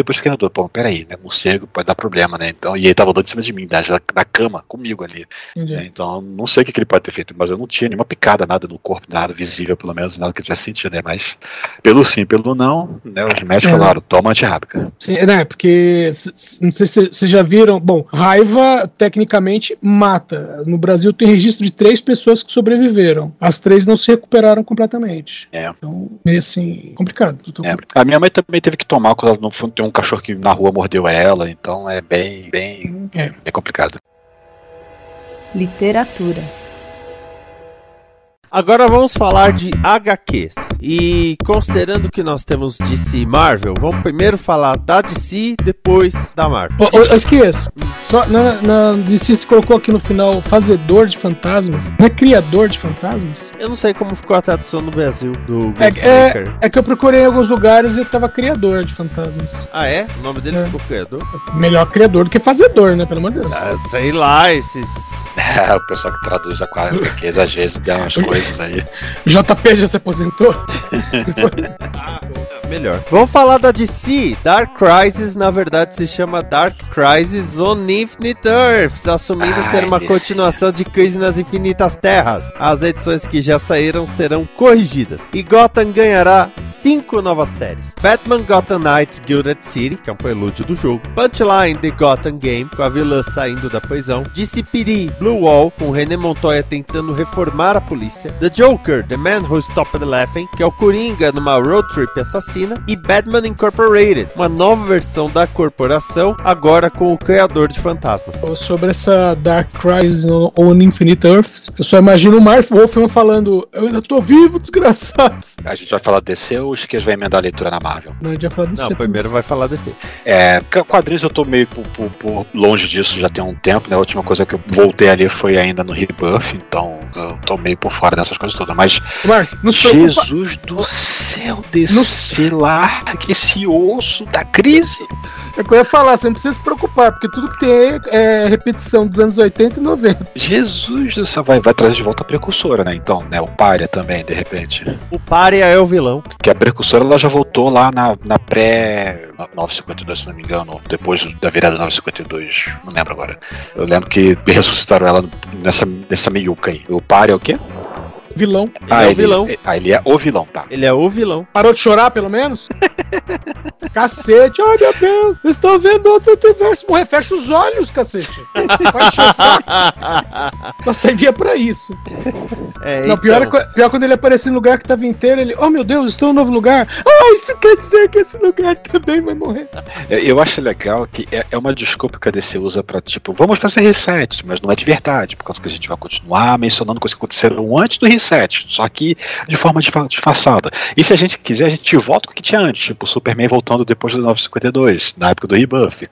depois fiquei na dúvida, pô, peraí, né? Morcego pode dar problema, né? Então, e ele tava andando em cima de mim, na cama, comigo ali. Né? Então, não sei o que ele pode ter feito, mas eu não tinha nenhuma picada, nada no corpo, nada visível, pelo menos, nada que eu tivesse sentido, né? Mas, pelo sim, pelo não, né? Os médicos falaram, toma antirrábica. Sim, né? Porque, não sei se vocês já viram, bom, raiva, tecnicamente, mata. No Brasil tem registro de 3 pessoas que sobreviveram. As 3 não se recuperaram completamente. Então, meio assim, complicado. A minha mãe também teve que tomar quando ela não foi, tem um cachorro que na rua mordeu ela, então é bem complicado. Literatura. Agora vamos falar de HQs. E considerando que nós temos DC e Marvel, vamos primeiro falar da DC, depois da Marvel. Esqueça. Só na DC se colocou aqui no final fazedor de fantasmas. Não é criador de fantasmas? Eu não sei como ficou a tradução no Brasil do É que eu procurei em alguns lugares e tava criador de fantasmas. Ah, é? O nome dele ficou criador? Melhor criador do que fazedor, né? Pelo amor de Deus. Sei lá, esses... o pessoal que traduz a HQs às vezes dá umas coisas aí. JP já se aposentou? Melhor. Vamos falar da DC. Dark Crisis, na verdade, se chama Dark Crisis on Infinite Earths, assumindo ser uma continuação de Crise nas Infinitas Terras. As edições que já saíram serão corrigidas. E Gotham ganhará 5 novas séries. Batman Gotham Knights Gilded City, que é um prelúdio do jogo. Punchline The Gotham Game, com a vilã saindo da prisão. DCPD Blue Wall, com René Montoya tentando reformar a polícia. The Joker, The Man Who Stopped Laughing, que é o Coringa numa road trip assassina. E Batman Incorporated, uma nova versão da corporação, agora com o criador de fantasmas. Sobre essa Dark Crisis on Infinite Earths, eu só imagino o Mark Wolfman falando: eu ainda tô vivo, desgraçado. A gente vai falar DC ou o Esquece vai emendar a leitura na Marvel? Não, a gente vai falar DC. Não, primeiro vai falar DC. Quadrinhos eu tô meio por longe disso já tem um tempo, né? A última coisa que eu voltei ali foi ainda no Rebirth, então eu tô meio por fora dessas coisas todas. Mas, Márcio, Jesus do céu, DC larga esse osso da crise. É que eu ia falar, você não precisa se preocupar, porque tudo que tem aí é repetição dos anos 80 e 90. Jesus do céu, vai trazer de volta a precursora, né? Então, né? O Pária também, de repente. O Pária é o vilão. Que a precursora, ela já voltou lá na pré 952, se não me engano, depois da virada 952, não lembro agora. Eu lembro que ressuscitaram ela nessa meiuca aí. O Pária é o quê? Vilão. Ele é o vilão. Ele é o vilão, tá. Ele é o vilão. Parou de chorar, pelo menos? Cacete, ai meu Deus, estou vendo outro universo. Morrer, fecha os olhos, cacete. Vai encher o saco. Só servia pra isso. Não, pior quando ele aparecia em lugar que tava inteiro, ele, oh meu Deus, estou em um novo lugar. Isso quer dizer que esse lugar também vai morrer. Eu acho legal que é uma desculpa que a DC usa pra, tipo, vamos fazer reset, mas não é de verdade, por causa que a gente vai continuar mencionando coisas que aconteceram antes do reset, só que de forma disfarçada. E se a gente quiser, a gente volta com o que tinha antes, tipo, o Superman voltando depois do 952, na época do Rebirth.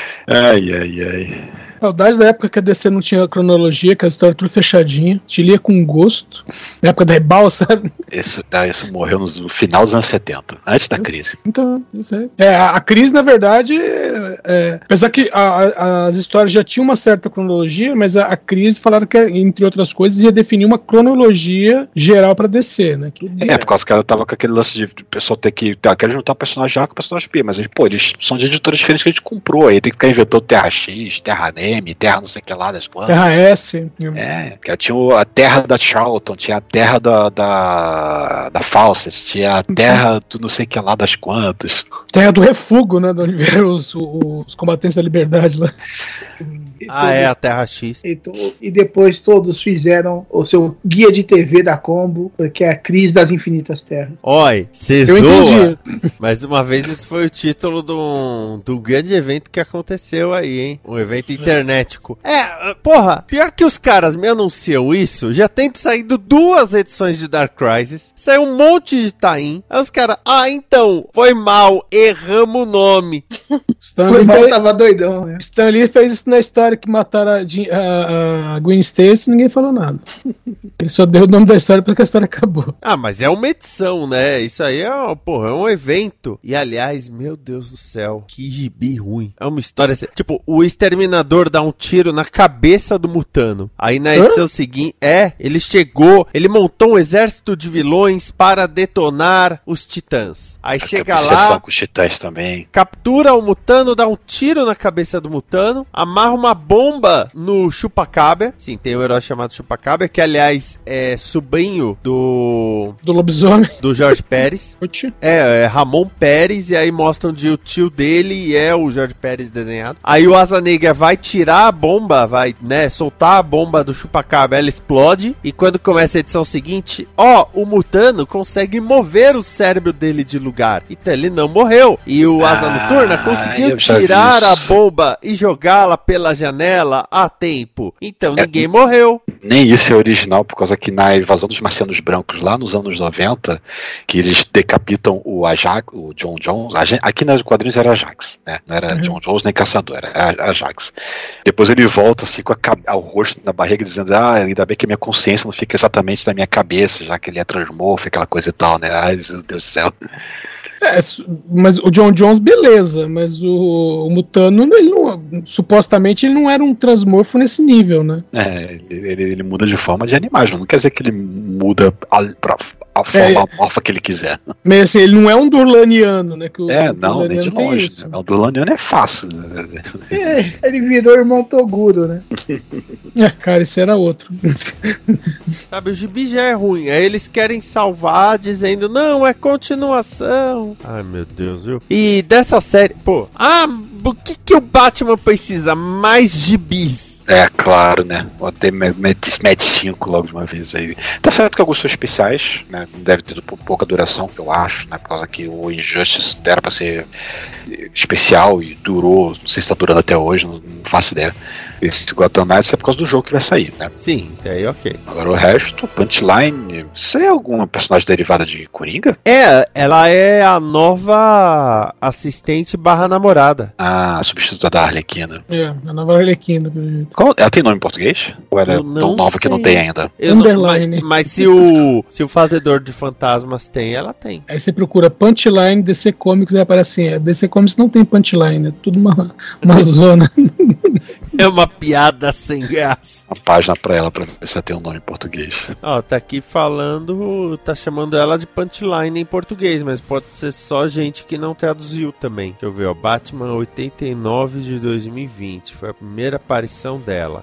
Ai. Saudades da época que a DC não tinha cronologia, que a história tudo fechadinha, te lia com gosto. Na época da Rebal, sabe? Isso morreu no final dos anos 70, antes da crise. Então, isso aí. A crise, na verdade, apesar que as histórias já tinham uma certa cronologia, mas a crise falaram que, entre outras coisas, ia definir uma cronologia geral pra DC, né? Por causa que ela tava com aquele lance de pessoal ter que. Quer juntar o personagem A com o personagem B, mas eles são de editoras diferentes que a gente comprou, aí tem que ficar inventando Terra X, Terra M, Terra não sei o que lá das quantas. Terra S. Que tinha a terra da Charlton, tinha a terra da Fawcett, tinha a terra do não sei o que lá das quantas. Terra do refúgio, né? Onde vieram os combatentes da liberdade lá. A Terra X. E depois todos fizeram o seu guia de TV da Combo, porque é a crise das infinitas terras. Oi, você zoa. Mais uma vez, esse foi o título do grande evento que aconteceu aí, hein? Um evento internetico. Porra, pior que os caras me anunciam isso, já tem saído 2 edições de Dark Crisis, saiu um monte de tain. Aí os caras, então, foi mal, erramos o nome. Foi mal, tava doidão, né? Stan Lee fez isso na história história que mataram a Gwen Stacy, ninguém falou nada. Ele só deu o nome da história porque a história acabou. Ah, mas é uma edição, né? Isso aí é um evento. E, aliás, meu Deus do céu, que gibi ruim. É uma história... Tipo, o Exterminador dá um tiro na cabeça do Mutano. Aí, na edição seguinte... ele chegou, ele montou um exército de vilões para detonar os Titãs. Aí chega lá... com os Titãs também. Captura o Mutano, dá um tiro na cabeça do Mutano, amarra uma bomba no Chupacabra. Sim, tem um herói chamado Chupacabra, que, aliás, é sobrinho do lobisomem. Do Jorge Pérez. É Ramon Pérez, e aí mostram o tio dele e é o Jorge Pérez desenhado. Aí o Asa Negra vai tirar a bomba, vai, né, soltar a bomba do Chupacabra, ela explode, e quando começa a edição seguinte, o Mutano consegue mover o cérebro dele de lugar. Então ele não morreu. E o Asa Noturna conseguiu tirar a bomba e jogá-la pela janela a tempo. Então ninguém morreu. Nem isso é original, por causa que na invasão dos marcianos brancos, lá nos anos 90, que eles decapitam o Ajax, o John Jones, aqui nos quadrinhos era Ajax, né? Não era John Jones nem Caçador, era Ajax. Depois ele volta assim com o rosto na barriga dizendo, ainda bem que a minha consciência não fica exatamente na minha cabeça, já que ele é transmorfo, aquela coisa e tal, né? Ai, meu Deus do céu. Mas o John Jones, beleza, mas o Mutano, ele não, supostamente ele não era um transmorfo nesse nível, né? Ele muda de forma de animais, não quer dizer que ele muda a forma morfa que ele quiser. Mas assim, ele não é um Durlaniano, né? Que não, nem de longe. Né? O Durlaniano é fácil. Né? Ele virou irmão Toguro, né? Cara, esse era outro. Sabe, o gibi já é ruim. Aí eles querem salvar dizendo, não, é continuação. Ai, meu Deus, viu? E dessa série, o que o Batman precisa? Mais gibis. Claro, né? Pode ter Mad 5 logo de uma vez aí. Tá certo que alguns são especiais, né? Não deve ter pouca duração, eu acho, né? Por causa que o Injustice era pra ser especial e durou, não sei se tá durando até hoje, não faço ideia. Esse Gotham Knights é por causa do jogo que vai sair, né? Sim, aí ok. Agora o resto, Punchline, você é alguma personagem derivada de Coringa? Ela é a nova assistente / namorada. A substituta da Arlequina. A nova Arlequina, pelo jeito. Ela tem nome em português? Ou ela é tão nova que não tem ainda? Underline. Mas se o Fazedor de Fantasmas tem, ela tem. Aí você procura Punchline, DC Comics, e aparece assim, DC Comics não tem Punchline, é tudo uma zona. É uma piada sem graça. Uma página pra ela, pra ver se ela tem um nome em português. Tá aqui tá chamando ela de Punchline em português, mas pode ser só gente que não traduziu também. Deixa eu ver, Batman 89 de 2020, foi a primeira aparição dela.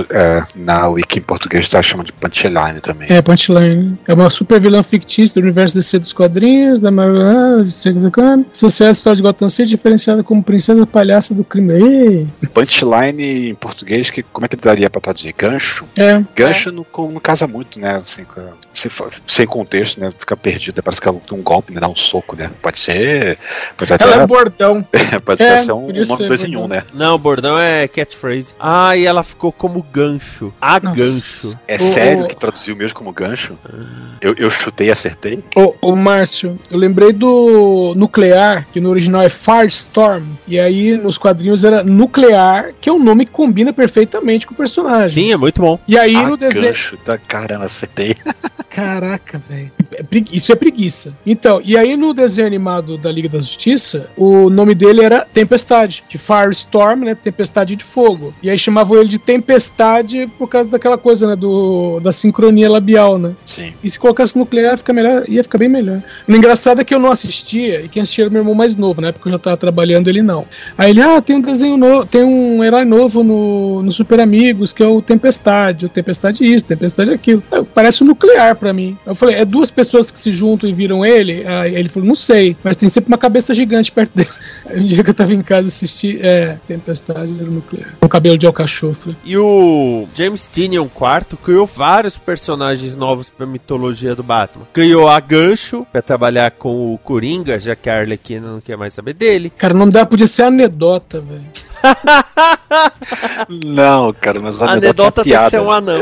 Na Wiki em português tá chamando de Punchline também. Punchline. É uma super vilã fictícia do universo DC dos quadrinhos, da Marvel, sucesso, história de Gotham City, diferenciada como princesa palhaça do crime. Punchline em português, como é que daria pra traduzir? Gancho? Gancho não casa muito, né? Assim, sem contexto, né? Fica perdido, parece que ela tem um golpe, né? Dá um soco, né? Pode ser. Ela é bordão. Pode ser um nome 2 em 1, né? Não, bordão é catchphrase. E ela ficou como gancho. Gancho. É sério que traduziu mesmo como gancho? Eu chutei e acertei? Ô, Márcio, eu lembrei do Nuclear, que no original é Firestorm, e aí nos quadrinhos era Nuclear, que é um nome que combina perfeitamente com o personagem. Sim, é muito bom. E aí no desenho... Gancho, caramba, acertei. Caraca, velho. Isso é preguiça. Então, e aí no desenho animado da Liga da Justiça, o nome dele era Tempestade, de Firestorm, né? Tempestade de fogo. E aí chamavam ele de Tempestade por causa daquela coisa, né? Da sincronia labial, né? Sim. E se colocasse Nuclear, ia ficar bem melhor. O engraçado é que eu não assistia, e quem assistia era meu irmão mais novo, né? Porque eu já tava trabalhando, ele não. Aí ele, tem um desenho novo, tem um herói novo no Super Amigos, que é o Tempestade isso, Tempestade aquilo. Parece o Nuclear pra mim. Eu falei, é duas pessoas que se juntam e viram ele? Aí ele falou, não sei, mas tem sempre uma cabeça gigante perto dele. Aí um dia que eu tava em casa assisti, Tempestade era o Nuclear. Com cabelo de alcachofre. E o James Tynion IV criou vários personagens novos pra mitologia do Batman. Criou a Gancho pra trabalhar com o Coringa, já que a Arlequina não quer mais saber dele. Cara, o nome dela podia ser Anedota, velho. Não, cara, mas a anedota tem que ser um anão.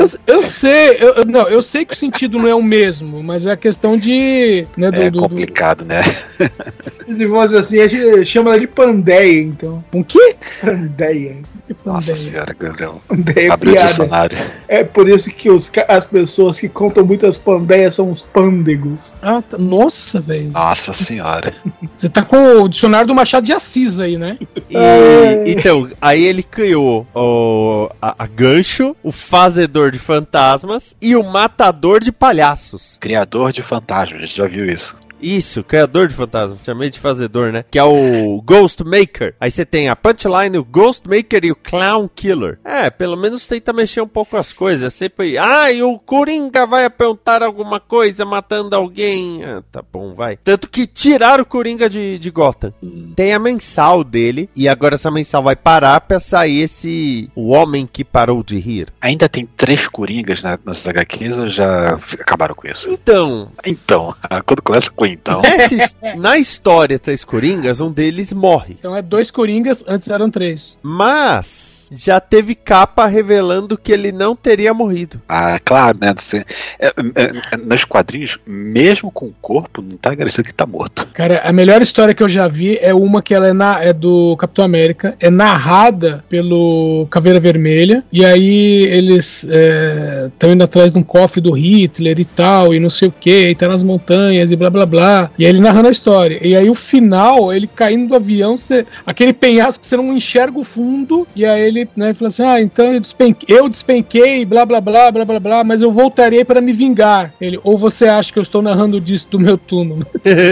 Eu sei que o sentido não é o mesmo, mas é a questão de... Né, complicado, né? Se fosse assim, a gente chama ela de Pandeia, então. Um quê? Pandeia. Nossa senhora, Gabriel. Abriu o dicionário. É por isso que as pessoas que contam muitas pandeias são os pândegos. Nossa, velho. Nossa senhora. Você tá com o dicionário do Machado de Assis aí, né? Então, aí ele criou a Gancho, o Fazedor de Fantasmas e o Matador de Palhaços. Criador de fantasmas, a gente já viu isso. Isso, criador de fantasmas, chamei de fazedor, né? Que é o Ghost Maker. Aí você tem a Punchline, o Ghost Maker e o Clown Killer. Pelo menos tenta mexer um pouco as coisas. Sempre, e o Coringa vai aprontar alguma coisa matando alguém. Tá bom, vai. Tanto que tiraram o Coringa de Gotham. Tem a mensal dele, e agora essa mensal vai parar pra sair O Homem que Parou de Rir. Ainda tem 3 Coringas nas HQs ou já acabaram com isso? Então, quando começa com na história 3 Coringas, um deles morre. Então é 2 Coringas, antes eram 3. Mas já teve capa revelando que ele não teria morrido. Claro, né? Nos quadrinhos, mesmo com o corpo, não tá garantido que tá morto. Cara, a melhor história que eu já vi é uma que ela é do Capitão América, é narrada pelo Caveira Vermelha, e aí eles estão indo atrás de um cofre do Hitler e tal, e não sei o que, e tá nas montanhas e blá blá blá, e aí ele narrando a história. E aí o final, ele caindo do avião, aquele penhasco que você não enxerga o fundo, e aí ele falou assim, então eu despenquei, blá blá blá, blá blá blá, mas eu voltarei para me vingar. Ou você acha que eu estou narrando disso do meu túmulo?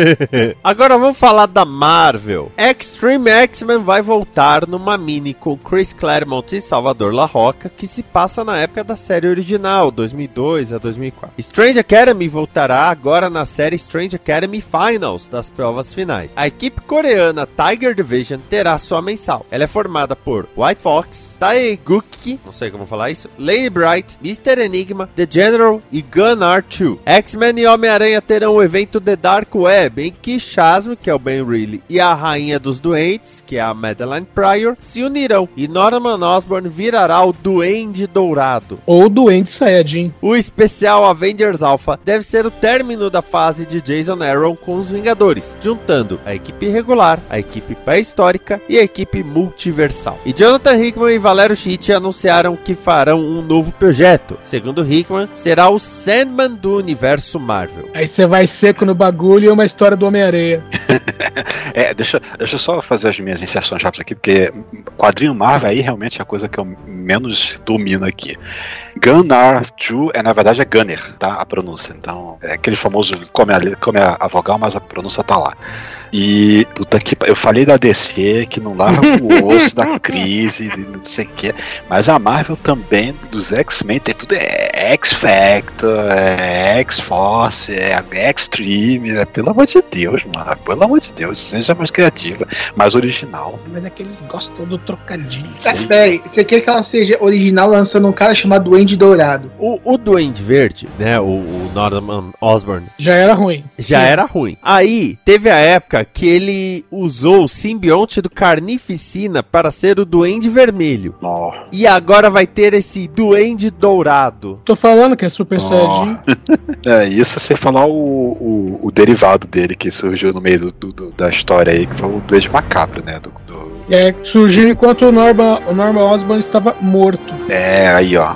Agora vamos falar da Marvel. Extreme X-Men vai voltar numa mini com Chris Claremont e Salvador Larroca, que se passa na época da série original, 2002 a 2004. Strange Academy voltará agora na série Strange Academy Finals, das provas finais. A equipe coreana Tiger Division terá sua mensal. Ela é formada por White Fox, Taegukki, não sei como falar isso, Lady Bright, Mr. Enigma, The General e Gunnar 2. X-Men e Homem-Aranha terão o evento The Dark Web, em que Shazam, que é o Ben Reilly, e a Rainha dos Doentes, que é a Madeline Pryor, se unirão, e Norman Osborn virará o Duende Dourado. Ou Duende Saiyajin. O especial Avengers Alpha deve ser o término da fase de Jason Aaron com os Vingadores, juntando a equipe regular, a equipe pré-histórica e a equipe multiversal. E Jonathan Hickman e Valerio Schmidt anunciaram que farão um novo projeto. Segundo Hickman, será o Sandman do universo Marvel. Aí você vai seco no bagulho e é uma história do Homem-Aranha. Deixa eu só fazer as minhas inserções rápidas aqui, porque quadrinho Marvel aí realmente é a coisa que eu menos domino aqui. Gunnar 2 na verdade é Gunner, tá? A pronúncia. Então, é aquele famoso come a vogal, mas a pronúncia tá lá. E, puta que eu falei da DC que não larga o osso da crise, não sei o que, mas a Marvel também, dos X-Men, tem tudo, X-Factor, X-Force, Extreme, pelo amor de Deus, Marvel, pelo amor de Deus, seja mais criativa, mais original. Mas é que eles gostam do trocadilho. Espera aí, você quer que ela seja original lançando um cara chamado Duende Dourado? O Duende Verde, né, o Norman Osborn, já era ruim. Era ruim. Aí, teve a época que ele usou o simbionte do Carnificina para ser o Duende Vermelho. Oh. E agora vai ter esse Duende Dourado. Tô falando que é Super Saiyajin. Isso você falar o derivado dele que surgiu no meio da história aí, que foi o Duende Macabro, né? Surgiu enquanto o Norman Osborn estava morto. Aí ó,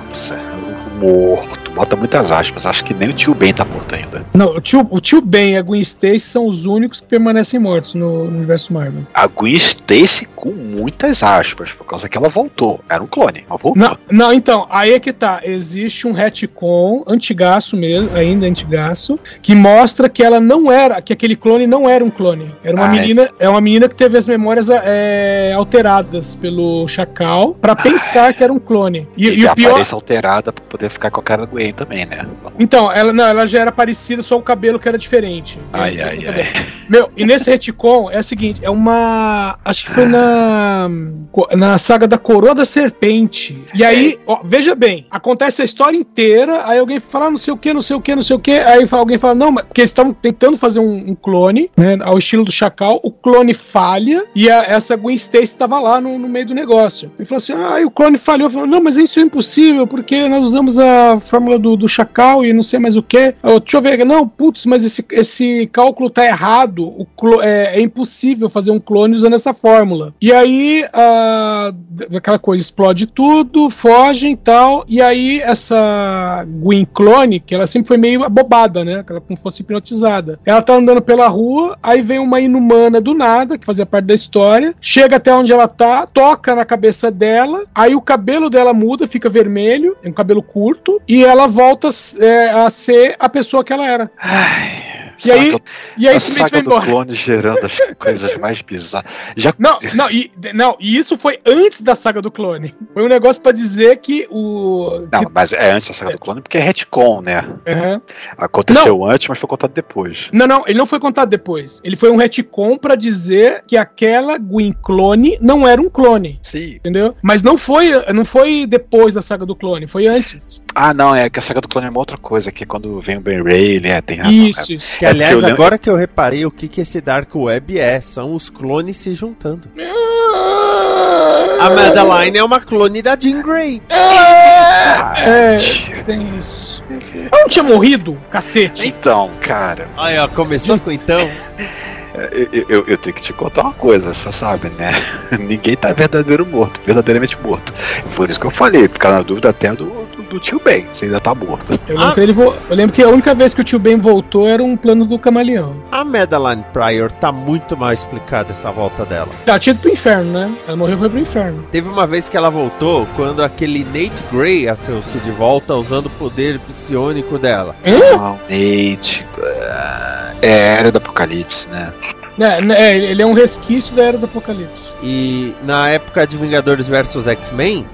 morto. Bota muitas aspas, acho que nem o Tio Ben tá morto ainda. Não, o tio Ben e a Gwen Stacy são os únicos que permanecem mortos no universo Marvel. A Gwen Stacy com muitas aspas, por causa que ela voltou. Era um clone, ela voltou. Não, então, aí é que tá. Existe um retcon antigaço mesmo, ainda antigaço, que mostra que ela não era, que aquele clone não era um clone. Era uma menina, é uma menina que teve as memórias alteradas pelo Chacal pra pensar que era um clone. E o pior, aparência alterada pra poder ficar com a cara da Gwen também, né? Então, ela já era parecida, só o cabelo que era diferente. Ai. Meu, e nesse retcon é o seguinte, acho que foi na saga da Coroa da Serpente. E aí, ó, veja bem, acontece a história inteira, aí alguém fala não sei o que, aí alguém fala, não, porque eles estavam tentando fazer um clone, né, ao estilo do Chacal, o clone falha, e essa Gwen Stacy estava lá no meio do negócio. Ele falou assim, o clone falhou, falou, não, mas isso é impossível, porque nós usamos a fórmula do Chacal e não sei mais o que. Deixa eu ver, não, putz, mas esse cálculo tá errado, é impossível fazer um clone usando essa fórmula. E aí, aquela coisa, explode tudo, fogem e tal, e aí essa Gwen clone, que ela sempre foi meio abobada, né, que ela como fosse hipnotizada. Ela tá andando pela rua, aí vem uma inumana do nada, que fazia parte da história, chega até onde ela tá, toca na cabeça dela, aí o cabelo dela muda, fica vermelho, é um cabelo curto, e ela volta a ser a pessoa que ela era. E aí esse mês foi embora. Clone gerando as coisas mais bizarras. E isso foi antes da saga do clone. Foi um negócio pra dizer que mas é antes da saga do clone porque é retcon, né? Uhum. Aconteceu antes, mas foi contado depois. Não, ele não foi contado depois. Ele foi um retcon pra dizer que aquela Gwen clone não era um clone. Sim. Entendeu? Mas não foi depois da saga do clone, foi antes. Não, é que a saga do clone é uma outra coisa, que é quando vem o Ben Ray, né? Tem razão. Isso. Que, aliás, agora que eu reparei o que esse Dark Web são os clones se juntando. A Madeline é uma clone da Jean Grey. Tem isso. Ela não tinha morrido, cacete? Então, cara. Aí, ó, começou com então. Eu tenho que te contar uma coisa, você sabe, né? Ninguém tá verdadeiramente morto. Por isso que eu falei, ficar na dúvida até do tio Ben, se ainda tá morto. Eu lembro que a única vez que o tio Ben voltou era um plano do camaleão. A Madeline Pryor tá muito mal explicada essa volta dela. Ela tinha ido pro inferno, né? Ela morreu e foi pro inferno. Teve uma vez que ela voltou quando aquele Nate Grey trouxe de volta usando o poder psionico dela. Nate. É Era do Apocalipse, né? Ele é um resquício da Era do Apocalipse. E na época de Vingadores vs X-Men,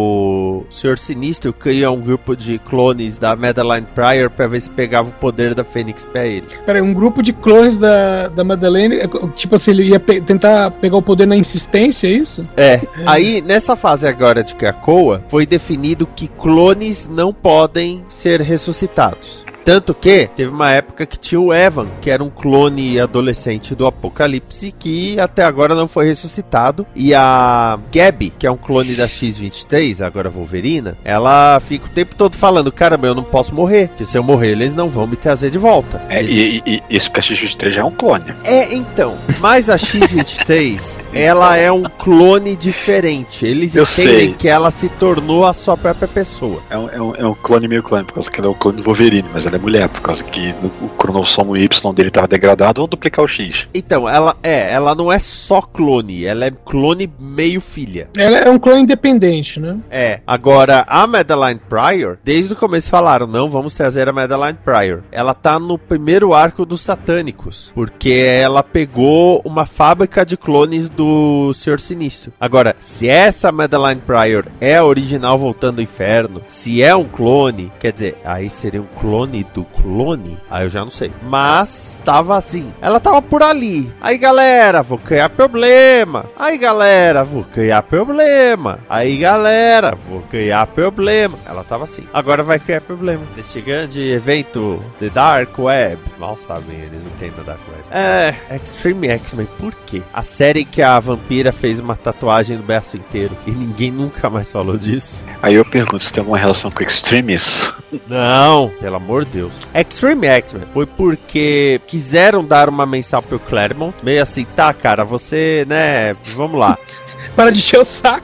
o Senhor Sinistro cria um grupo de clones da Madeline Pryor pra ver se pegava o poder da Fênix pra ele. Peraí, um grupo de clones da Madeleine, tipo assim, ele ia tentar pegar o poder na insistência, é isso? Aí, nessa fase agora de Krakoa, foi definido que clones não podem ser ressuscitados. Tanto que teve uma época que tinha o Evan, que era um clone adolescente do Apocalipse, que até agora não foi ressuscitado. E a Gabi, que é um clone da X-23, agora Wolverina, ela fica o tempo todo falando, caramba, eu não posso morrer, porque se eu morrer eles não vão me trazer de volta. E isso porque a X-23 já é um clone. Então, mas a X-23, ela é um clone diferente. Eles entendem que ela se tornou a sua própria pessoa. É um clone meio clone, por causa que ela é o clone do Wolverine, mas ela é mulher, por causa que o cromossomo Y dele estava degradado, ou duplicar o X. Então, ela não é só clone, ela é clone meio filha. Ela é um clone independente, né? Agora, a Madeline Pryor, desde o começo falaram, não vamos trazer a Madeline Pryor. Ela tá no primeiro arco dos Satânicos, porque ela pegou uma fábrica de clones do Senhor Sinistro. Agora, se essa Madeline Pryor é a original voltando do inferno, se é um clone, quer dizer, aí seria um clone do clone? Aí eu já não sei. Mas tava assim. Ela tava por ali. Aí galera, vou criar problema. Aí galera, vou criar problema. Aí galera, vou criar problema. Ela tava assim. Agora vai criar problema. Neste grande evento The Dark Web. Mal sabem eles o tema da Dark Web. Extreme X-Men. Por quê? A série que a vampira fez uma tatuagem no braço inteiro e ninguém nunca mais falou disso. Aí eu pergunto se tem alguma relação com Extremis? Não, pelo amor de Deus. Extreme X-Men foi porque quiseram dar uma mensal pro Claremont, meio assim, tá, cara, você, né, vamos lá. Para de encher o saco.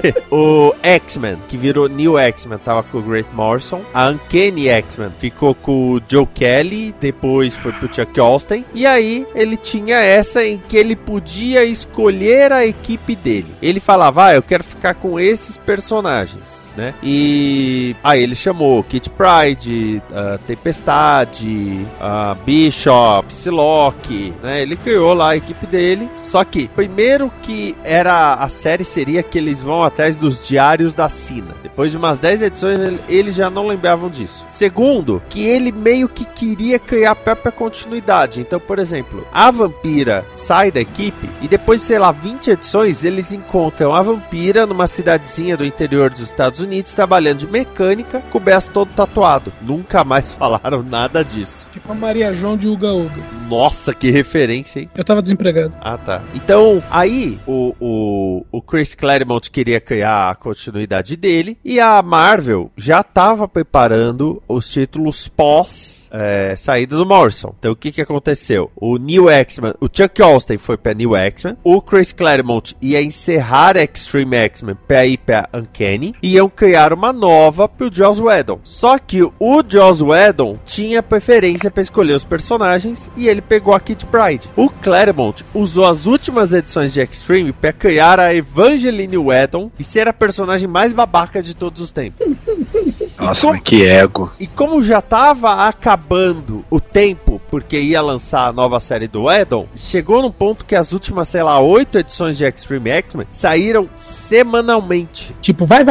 O X-Men, que virou New X-Men, tava com o Grant Morrison. A Uncanny X-Men ficou com o Joe Kelly, depois foi pro Chuck Austin. E aí, ele tinha essa em que ele podia escolher a equipe dele. Ele falava, eu quero ficar com esses personagens, né? E aí ele chamou Kitty Pryde, Tempestade, Bishop, Psylocke, né? Ele criou lá a equipe dele. Só que, primeiro que a série seria que eles vão atrás dos diários da Sina. Depois de umas 10 edições, eles já não lembravam disso. Segundo, que ele meio que queria criar a própria continuidade. Então, por exemplo, a Vampira sai da equipe e depois de, sei lá, 20 edições, eles encontram a Vampira numa cidadezinha do interior dos Estados Unidos, trabalhando de mecânica, com o braço todo tatuado. Nunca mais falaram nada disso. Tipo a Maria João de Uga Uga. Nossa, que referência, hein? Eu tava desempregado. Ah, tá. Então, aí, o Chris Claremont queria criar a continuidade dele, e a Marvel já tava preparando os títulos pós saída do Morrison. Então, o que aconteceu? O New X-Men, o Chuck Austin foi pra New X-Men, o Chris Claremont ia encerrar Extreme X-Men pra ir pra Uncanny, e iam criar uma nova pro Joss Whedon. Só que o Joss Whedon tinha preferência pra escolher os personagens, e ele pegou a Kitty Pryde. O Claremont usou as últimas edições de Extreme pra criar a Evangeline Whedon e ser a personagem mais babaca de todos os tempos. Nossa, mas que ego. E como já tava acabando o tempo, porque ia lançar a nova série do Whedon, chegou num ponto que as últimas, sei lá, 8 edições de Extreme X-Men saíram semanalmente. Tipo, vai.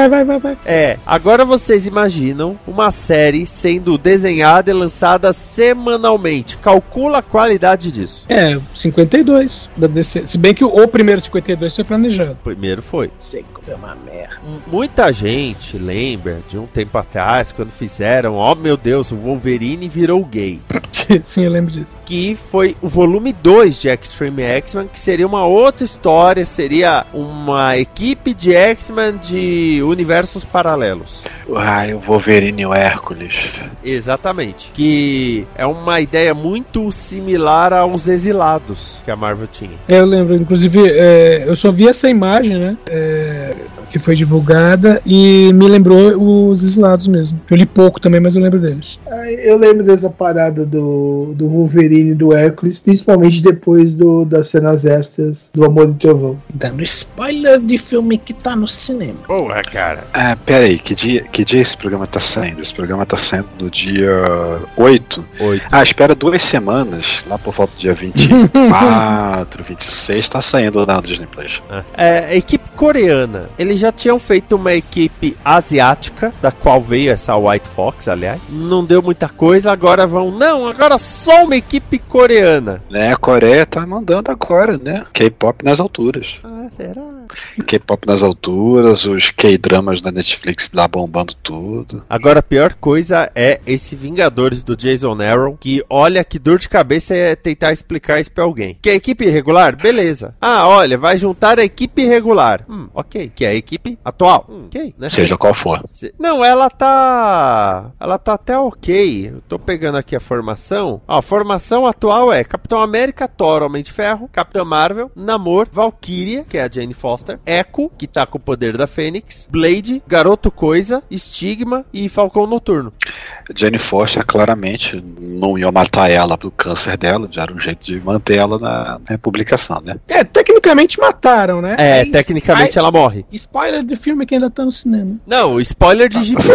Agora vocês imaginam uma série sendo desenhada e lançada semanalmente. Calcula a qualidade disso. 52 da DC. Se bem que o primeiro 52 foi planejado. Primeiro foi. Sei que foi uma merda. Muita gente lembra de um tempo atrás, quando fizeram, meu Deus, o Wolverine virou gay. Sim, eu lembro disso. Que foi o volume 2 de Extreme X-Men, que seria uma outra história, seria uma equipe de X-Men de universos paralelos. O Wolverine e o Hércules. Exatamente. Que é uma ideia muito similar aos Exilados que a Marvel tinha. Eu lembro, inclusive, eu só vi essa imagem, né? Que foi divulgada e me lembrou os Exilados mesmo. Eu li pouco também, mas eu lembro deles. Eu lembro dessa parada do Wolverine e do Hércules, principalmente depois das cenas extras do Amor e Trovão. Dando spoiler de filme que tá no cinema. Porra, cara. Pera aí, que dia esse programa tá saindo? Esse programa tá saindo no dia 8. Espera 2 semanas, lá por volta do dia 24, 26, tá saindo na Disney Plus. A equipe coreana, eles já tinham feito uma equipe asiática, da qual veio essa White Fox, aliás. Não deu muita coisa, agora agora só uma equipe coreana. A Coreia tá mandando agora, né? K-pop nas alturas. Será? K-pop nas alturas, os K-dramas da Netflix lá bombando tudo. Agora a pior coisa é esse Vingadores do Jason Aaron, que olha que dor de cabeça é tentar explicar isso pra alguém. Que a equipe irregular? Beleza. Olha, vai juntar a equipe irregular. Ok. Que é a equipe atual. Ok, né? Seja qual for. Não, ela tá até ok. Eu tô pegando aqui a formação. A formação atual é Capitão América, Thor, Homem de Ferro, Capitã Marvel, Namor, Valkyria, que é a Jane Foster, Echo, que tá com o poder da Fênix, Blade, Garoto Coisa, Stigma e Falcão Noturno. Jane Foster claramente não ia matar ela pro câncer dela, já era um jeito de manter ela na publicação, né? Tecnicamente mataram, né? Tecnicamente ela morre. Spoiler de filme que ainda tá no cinema. Não, spoiler de gibi.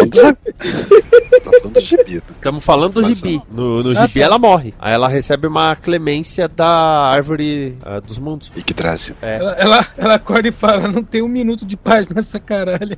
Tá falando do gibi. Estamos falando do gibi. No gibi ela morre. Aí ela recebe uma clemência da Árvore dos Mundos. E que Brasil. Ela acorda e fala, não tem um minuto de paz nessa caralho.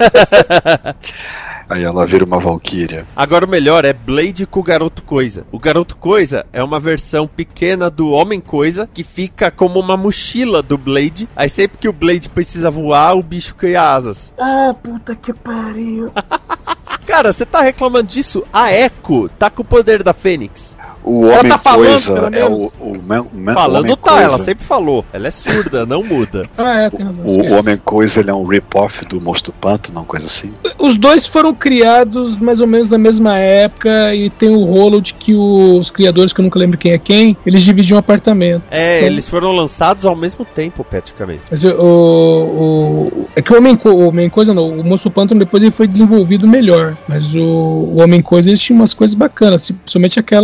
Aí ela vira uma Valkyria. Agora o melhor é Blade com o Garoto Coisa. O Garoto Coisa é uma versão pequena do Homem Coisa que fica como uma mochila do Blade. Aí sempre que o Blade precisa voar, o bicho cria asas. Puta que pariu. Cara, você tá reclamando disso? A Echo tá com o poder da Fênix. O Homem Coisa é o falando tá, ela sempre falou. Ela é surda, não muda. Tem razão. O Homem Coisa, ele é um rip-off do Monstro Pântano, uma coisa assim. Os dois foram criados mais ou menos na mesma época e tem o rolo de que os criadores, que eu nunca lembro quem é quem, eles dividiam um apartamento. Então, eles foram lançados ao mesmo tempo, praticamente. Mas é que o Homem Coisa não, o Monstro Pântano depois ele foi desenvolvido melhor, mas o Homem Coisa, eles tinham umas coisas bacanas, principalmente aquela famosa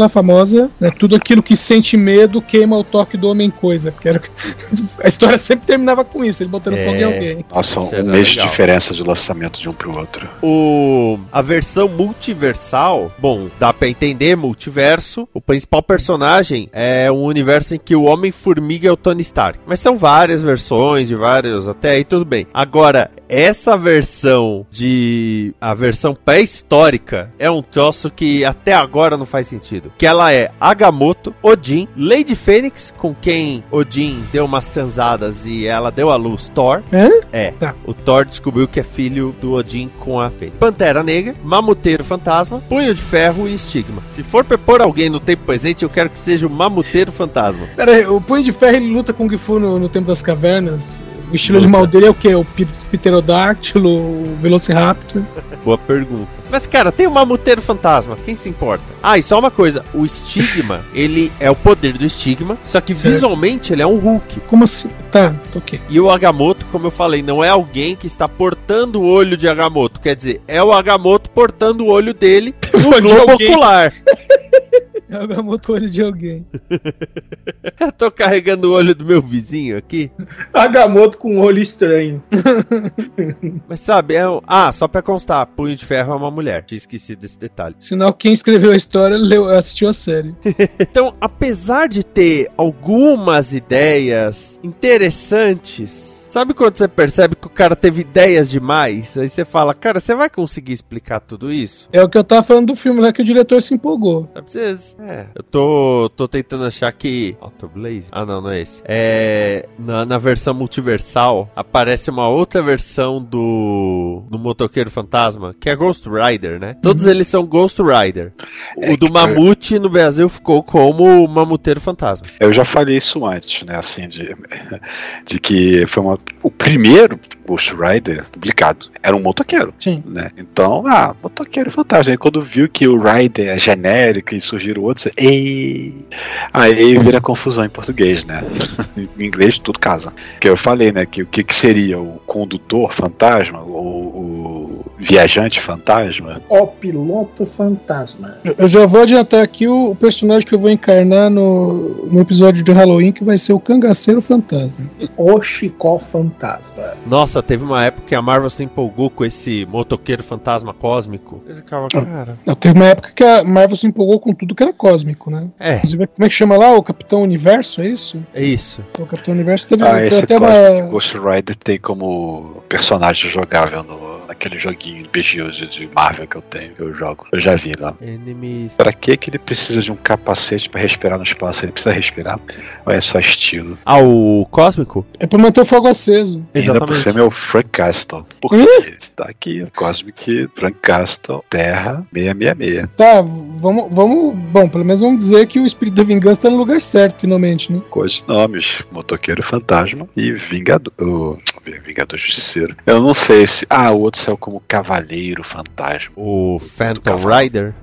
misteriosa, né? Tudo aquilo que sente medo queima o toque do homem-coisa. Porque era... a história sempre terminava com isso, ele botando fogo em alguém. Nossa, um mês de diferença de lançamento de um pro outro. A versão multiversal, bom, dá pra entender, multiverso. O principal personagem é um universo em que o Homem-Formiga é o Tony Stark. Mas são várias versões, de vários, até aí tudo bem. Agora, essa versão a versão pré-histórica é um troço que até agora não faz sentido. Que ela é Agamotto, Odin, Lady Fênix, com quem Odin deu umas transadas e ela deu à luz Thor. Tá. O Thor descobriu que é filho do Odin com a Fênix. Pantera Negra, Mamuteiro Fantasma, Punho de Ferro e Estigma. Se for pra pôr alguém no tempo presente, eu quero que seja o Mamuteiro Fantasma. Pera aí, o Punho de Ferro ele luta com o Gifu no Tempo das Cavernas. O estilo animal dele é o quê? O Pterodáctilo, o Velociraptor? Boa pergunta. Mas, cara, tem o Mamuteiro Fantasma, quem se importa? Ah, e só uma coisa, o Estigma, ele é o poder do Estigma, só que visualmente ele é um Hulk. Como assim? Tá, ok. E o Agamotto, como eu falei, não é alguém que está portando o olho de Agamotto, quer dizer, é o Agamotto portando o olho dele no globo ocular. É o Agamotto olho de alguém. Eu tô carregando o olho do meu vizinho aqui. Agamotto com um olho estranho. Mas sabe, só pra constar, Punho de Ferro é uma mulher. Tinha esquecido desse detalhe. Sinal que quem escreveu a história assistiu a série. Então, apesar de ter algumas ideias interessantes, sabe quando você percebe que o cara teve ideias demais? Aí você fala, cara, você vai conseguir explicar tudo isso? É o que eu tava falando do filme lá, que o diretor se empolgou. Eu tô tentando achar que... Auto Blaze? Ah, não é esse. Na versão multiversal, aparece uma outra versão do Motoqueiro Fantasma, que é Ghost Rider, né? Todos eles são Ghost Rider. O do Mamute no Brasil ficou como Mamuteiro Fantasma. Eu já falei isso antes, né? Assim, de que foi o primeiro Ghost Rider publicado era um motoqueiro. Sim. Né? Então, motoqueiro fantasma. Aí quando viu que o Rider é genérico e surgiram outros, aí vira confusão em português, né? Em inglês tudo casa. Que eu falei, né? Que o que seria o condutor fantasma, o viajante fantasma? O piloto fantasma. Eu já vou adiantar aqui o personagem que eu vou encarnar no episódio de Halloween, que vai ser o Cangaceiro Fantasma. O Chicó Fantasma. Nossa, teve uma época que a Marvel se empolgou com esse motoqueiro fantasma cósmico. Eu ficava, cara... Não, teve uma época que a Marvel se empolgou com tudo que era cósmico, né? Inclusive, como é que chama lá? O Capitão Universo, é isso? É isso. O Capitão Universo teve esse até uma... Ghost Rider tem como personagem jogável naquele joguinho BGO de Marvel que eu tenho, que eu jogo. Eu já vi lá. Enemies. Pra que ele precisa de um capacete pra respirar no espaço? Ele precisa respirar? Ou é só estilo? O cósmico? É pra manter o fogo aceso. Ainda por cima é o Frank Castle. Por quê? Tá aqui, o Cosmic Frank Castle, Terra 666. Tá, vamos... Bom, pelo menos vamos dizer que o Espírito da Vingança tá no lugar certo, finalmente, né? Coisas nomes, Motoqueiro Fantasma e Vingador Justiceiro. Eu não sei se... o outro saiu como Cavaleiro Fantasma. O Phantom Rider?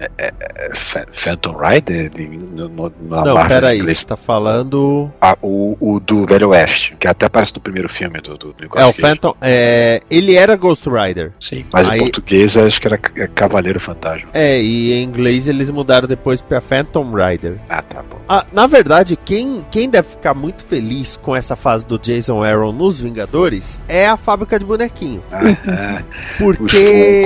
Phantom Rider? Não, peraí, você tá falando... O do Velho Oeste, que até aparece no primeiro filme do o Phantom... ele era Ghost Rider. Sim, mas em português acho que era Cavaleiro Fantasma. E em inglês eles mudaram depois pra Phantom Rider. Tá bom. Na verdade, quem deve ficar muito feliz com essa fase do Jason Aaron nos Vingadores é a fábrica de bonequinho. Porque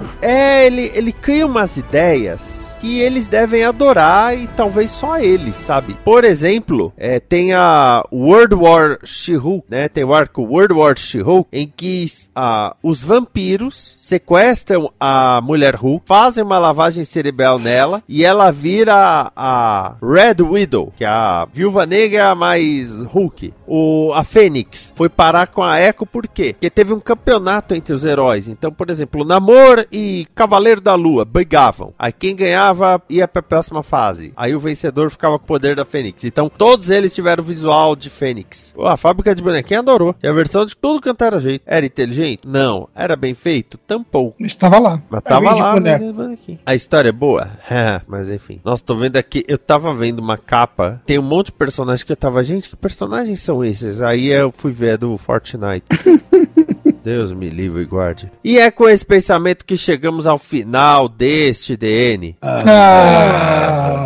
ele cria umas ideias que eles devem adorar e talvez só eles, sabe? Por exemplo, tem a World War She-Hulk, né? Tem o arco World War She-Hulk, em que os vampiros sequestram a mulher Hulk, fazem uma lavagem cerebral nela e ela vira a Red Widow, que é a Viúva Negra mais Hulk. A Fênix foi parar com a Echo por quê? Porque teve um campeonato entre os heróis. Então, por exemplo, Namor e Cavaleiro da Lua brigavam. Aí quem ganhava ia pra próxima fase. Aí o vencedor ficava com o poder da Fênix. Então todos eles tiveram o visual de Fênix. A fábrica de bonequinho adorou. E a versão de tudo canto era jeito. Era inteligente? Não. Era bem feito? Tampouco. Estava lá. Mas tava lá. A história é boa? Mas enfim. Nossa, tô vendo aqui. Eu tava vendo uma capa. Tem um monte de personagens que eu tava... Gente, que personagens são esses? Aí eu fui ver do Fortnite. Deus me livre e guarde. E é com esse pensamento que chegamos ao final deste DN.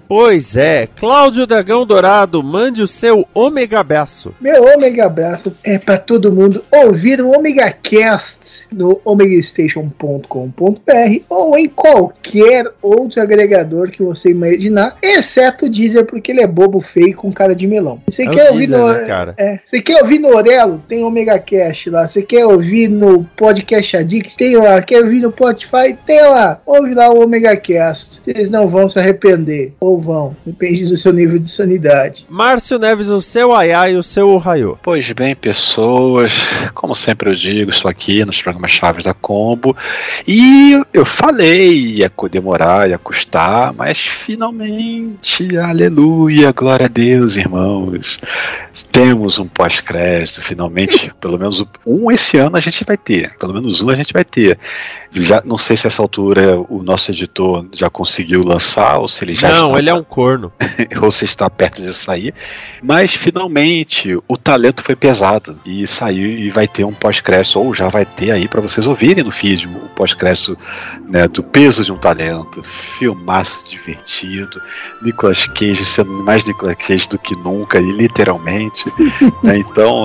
Pois é, Cláudio Dragão Dourado, mande o seu ômega abraço. Meu ômega abraço é pra todo mundo ouvir o Omega Cast no omegastation.com.br ou em qualquer outro agregador que você imaginar, exceto o Deezer, porque ele é bobo, feio com cara de melão. Você quer ouvir Deezer, no né, cara? Você quer ouvir no Orelo? Tem Omega Cast lá. Você quer ouvir no Podcast Addict? Tem lá. Quer ouvir no Spotify? Tem lá. Ouve lá o Omega Cast. Vocês não vão se arrepender. Ou vão. Depende do seu nível de sanidade. Márcio Neves, o seu Ayá e o seu Ohayô. Pois bem, pessoas, como sempre eu digo, estou aqui nos programas Chaves da Combo e eu falei, ia demorar, ia custar, mas finalmente, aleluia, glória a Deus, irmãos, temos um pós-crédito, finalmente, pelo menos um esse ano a gente vai ter, pelo menos um a gente vai ter. Já, não sei se essa altura o nosso editor já conseguiu lançar ou se ele já Não, ele é um corno. ou se está perto de sair, mas finalmente o talento foi pesado e saiu e vai ter um pós-crédito, ou já vai ter aí para vocês ouvirem no feed o pós-crédito, né, do Peso de um Talento, filmaço divertido, Nicolas Cage sendo mais Nicolas Cage do que nunca, e literalmente, né, então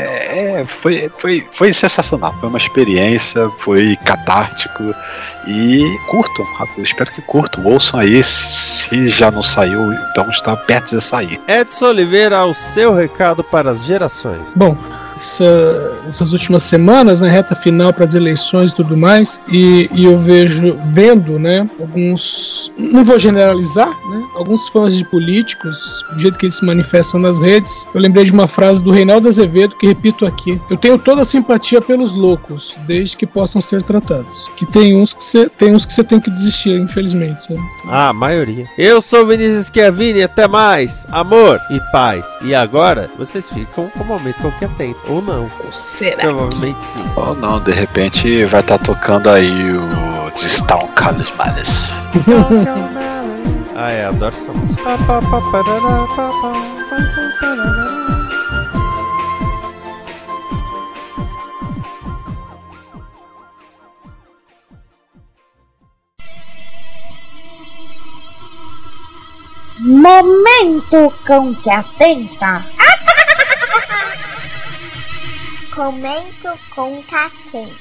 foi sensacional, foi uma experiência, foi catártico e curtam, eu espero que curtam, ouçam aí, se já não saiu, então está perto de sair. Edson Oliveira, o seu recado para as gerações. Bom, essas últimas semanas, né, reta final para as eleições e tudo mais, e eu vendo, né, alguns, não vou generalizar, né, alguns fãs de políticos, do jeito que eles se manifestam nas redes. Eu lembrei de uma frase do Reinaldo Azevedo, que repito aqui: eu tenho toda a simpatia pelos loucos, desde que possam ser tratados. Que tem uns que você tem que desistir, infelizmente, sabe? Ah, a maioria. Eu sou Vinícius Schiavini, até mais, amor e paz. E agora, vocês ficam com o momento que eu quero ter. Ou não. Será? Provavelmente sim. Ou não, de repente vai estar tocando aí o Distão Carlos Males. Ah, adoro essa música. Momento com que atenta. Comento com catenta.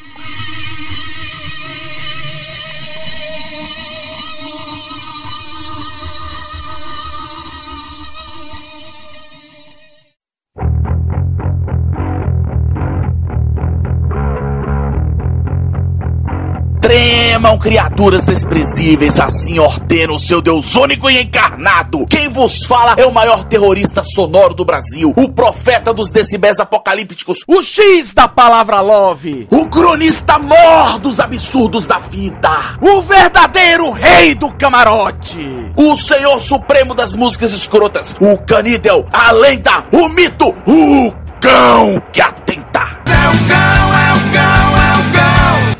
Tremam, criaturas desprezíveis, assim ordena o seu Deus único e encarnado. Quem vos fala é o maior terrorista sonoro do Brasil, o profeta dos decibéis apocalípticos, o X da palavra love, o cronista mor dos absurdos da vida, o verdadeiro rei do camarote, o senhor supremo das músicas escrotas, o canídel, a lenda, o mito, o cão que atenta. É o cão, é o cão, é o cão.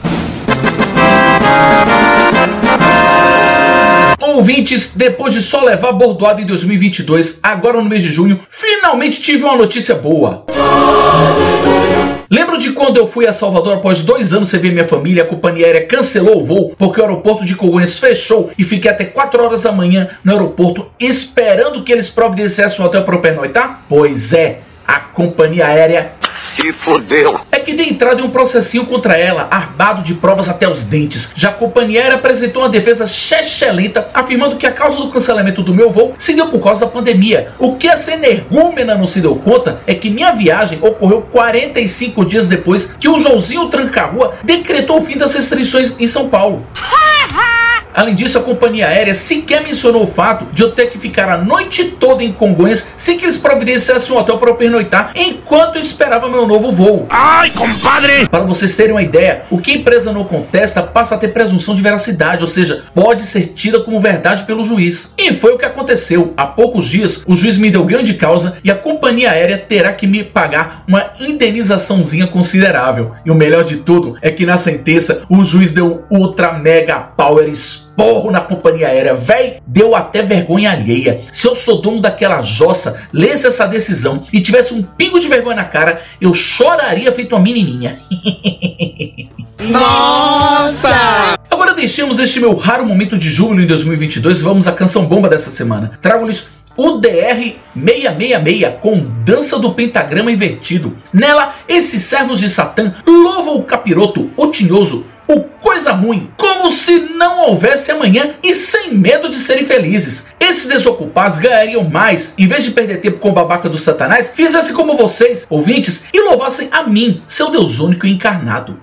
Ouvintes, depois de só levar bordoada em 2022, agora no mês de junho, finalmente tive uma notícia boa. Lembro de quando eu fui a Salvador após 2 anos sem ver minha família, a companhia aérea cancelou o voo porque o aeroporto de Congonhas fechou e fiquei até 4 horas da manhã no aeroporto esperando que eles providenciassem um hotel para eu pernoitar? Pois é, a companhia aérea se fodeu. É que dei entrada em um processinho contra ela, armado de provas até os dentes. Já a companhia aérea apresentou uma defesa chechelenta, afirmando que a causa do cancelamento do meu voo se deu por causa da pandemia. O que essa energúmena não se deu conta é que minha viagem ocorreu 45 dias depois que o Joãozinho Tranca-Rua decretou o fim das restrições em São Paulo. Além disso, a companhia aérea sequer mencionou o fato de eu ter que ficar a noite toda em Congonhas sem que eles providenciassem um hotel para eu pernoitar enquanto eu esperava meu novo voo. Ai, compadre! Para vocês terem uma ideia, o que a empresa não contesta passa a ter presunção de veracidade, ou seja, pode ser tida como verdade pelo juiz. E foi o que aconteceu. Há poucos dias, o juiz me deu ganho de causa e a companhia aérea terá que me pagar uma indenizaçãozinha considerável. E o melhor de tudo é que na sentença, o juiz deu ultra mega power esporro na companhia aérea. Véi, deu até vergonha alheia. Se eu sou dono daquela jossa, lesse essa decisão e tivesse um pingo de vergonha na cara, eu choraria feito uma menininha. Nossa! Agora deixemos este meu raro momento de júbilo em 2022 e vamos à canção bomba desta semana. Trago-lhes o DR 666 com dança do pentagrama invertido. Nela, esses servos de Satã louvam o capiroto, o tinhoso, o coisa ruim, como se não houvesse amanhã e sem medo de serem felizes. Esses desocupados ganhariam mais, em vez de perder tempo com o babaca do Satanás, fizessem como vocês, ouvintes, e louvassem a mim, seu Deus único e encarnado.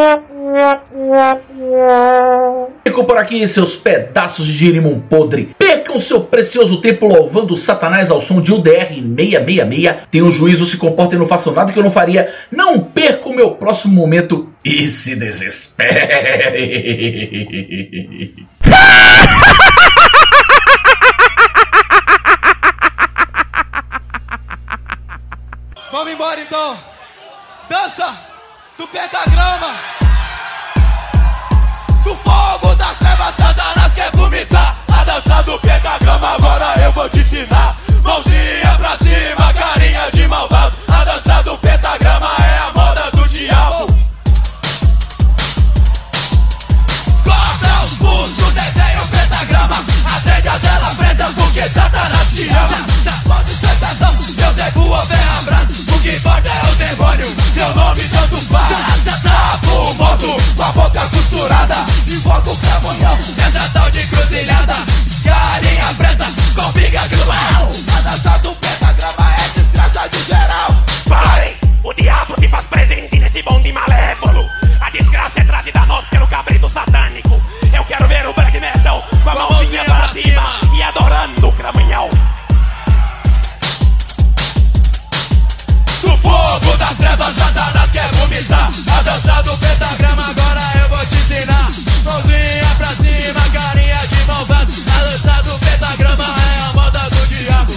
Fico por aqui, seus pedaços de girimum podre. Percam seu precioso tempo louvando o Satanás ao som de UDR 666. Tenham juízo, se comportem e não façam nada que eu não faria. Não perca o meu próximo momento e se desespere. Vamos embora então. Dança do pentagrama. Do fogo das trevas, Satanás quer vomitar. A dança do pentagrama, agora eu vou te ensinar. Mãozinha pra cima, carinha de malvado. A dança do pentagrama é a moda do diabo. Corta os pulsos, desenha o pentagrama. Acende a vela preta porque Satanás te ama. Sacode o Satã, Deus é boa, vem abraço. O que importa é o demônio, seu nome tanto faz. Sapo morto, com a boca costurada. Invoca o cramunhão, essa tal de cruzilhada. Carinha preta, com biga cruel. A dança do pentagrama é desgraça de geral. Parem! O diabo se faz presente nesse bonde malévolo. A desgraça é trazida a nós pelo cabrito satânico. Eu quero ver o black metal com a mãozinha pra cima e adorando o cramunhão. Do fogo das trevas, Satanás quer vomitar. A dança do pentagrama, agora eu vou te ensinar. Mãozinha pra cima, carinha de malvado. A dança do pentagrama é a moda do diabo.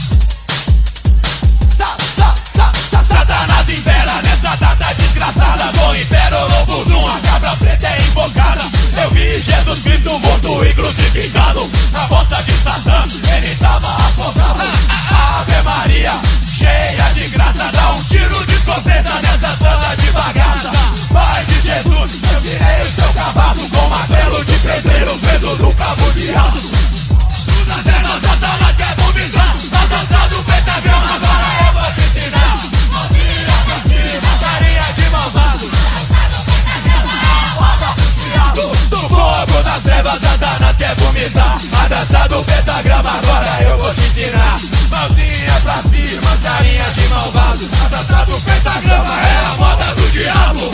Satanás impera nessa data desgraçada. Com império lobo de uma cabra preta é invocada. Eu vi Jesus Cristo morto e crucificado. Na bosta de Satã, ele tava afogado. Ave Maria, cheia de graça, dá um tiro de escopeta nessa banda de bagaça. Pai de Jesus, eu tirei o seu cavalo com martelo de pedreiro, preso do cabo de aço. Dos lanternas, Satanás quer vomitar. A dança do pentagrama, agora eu vou te ensinar. Mãozinha pra cima, carinha de malvado. Do fogo das trevas, Satanás quer vomitar. A dança do pentagrama, agora eu vou te ensinar. Mãozinha pra cima, carinha de malvado. A dança do pentagrama é a moda do diabo.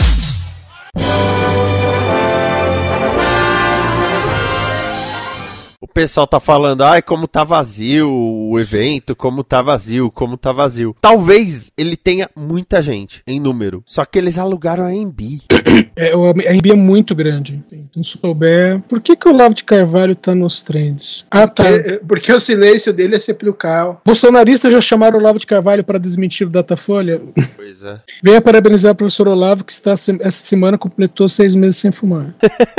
O pessoal tá falando, ai, como tá vazio o evento, como tá vazio, como tá vazio. Talvez ele tenha muita gente, em número. Só que eles alugaram a AMB. A AMB é muito grande. Quem souber... Por que o Olavo de Carvalho tá nos trends? Ah, tá. Porque o silêncio dele é sepulcral. Bolsonaristas já chamaram o Olavo de Carvalho para desmentir o Datafolha? Pois é. Venha parabenizar o professor Olavo, que essa semana completou 6 meses sem fumar.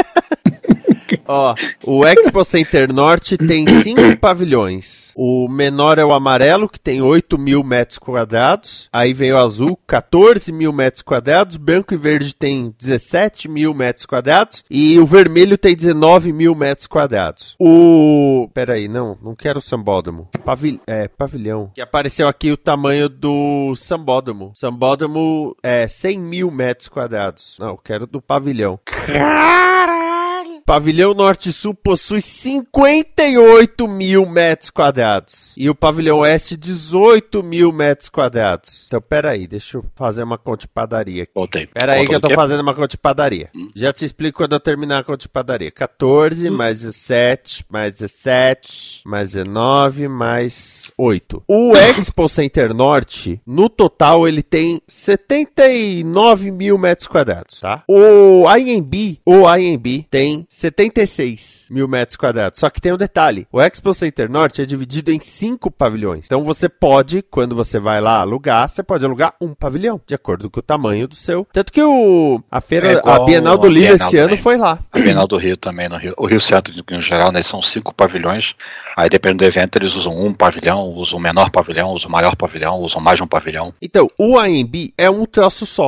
Ó, o Expo Center Norte tem 5 pavilhões. O menor é o amarelo, que tem 8 mil metros quadrados. Aí vem o azul, 14 mil metros quadrados. Branco e verde tem 17 mil metros quadrados. E o vermelho tem 19 mil metros quadrados. Peraí, não quero o sambódromo. Pavilhão. Que apareceu aqui o tamanho do sambódromo. Sambódromo é 100 mil metros quadrados. Não, eu quero do pavilhão. Caralho! Pavilhão Norte-Sul possui 58 mil metros quadrados. E o Pavilhão Oeste, 18 mil metros quadrados. Então, peraí, deixa eu fazer uma conta de padaria. Voltei. Peraí que eu tô fazendo uma conta de padaria. Já te explico quando eu terminar a conta de padaria. 14, mais 17, mais 17, mais 19, mais 8. O Expo Center Norte, no total, ele tem 79 mil metros quadrados, tá? O IMB tem 76 mil metros quadrados. Só que tem um detalhe. O Expo Center Norte é dividido em 5 pavilhões. Então você pode, quando você vai lá alugar, você pode alugar um pavilhão, de acordo com o tamanho do seu. Tanto que a Bienal do Livro esse ano foi lá. A Bienal do Rio também, no Rio. O Rio Centro, em geral, né, são 5 pavilhões. Aí, dependendo do evento, eles usam um pavilhão, usam o menor pavilhão, usam o maior pavilhão, usam mais de um pavilhão. Então, o AMB é um troço só.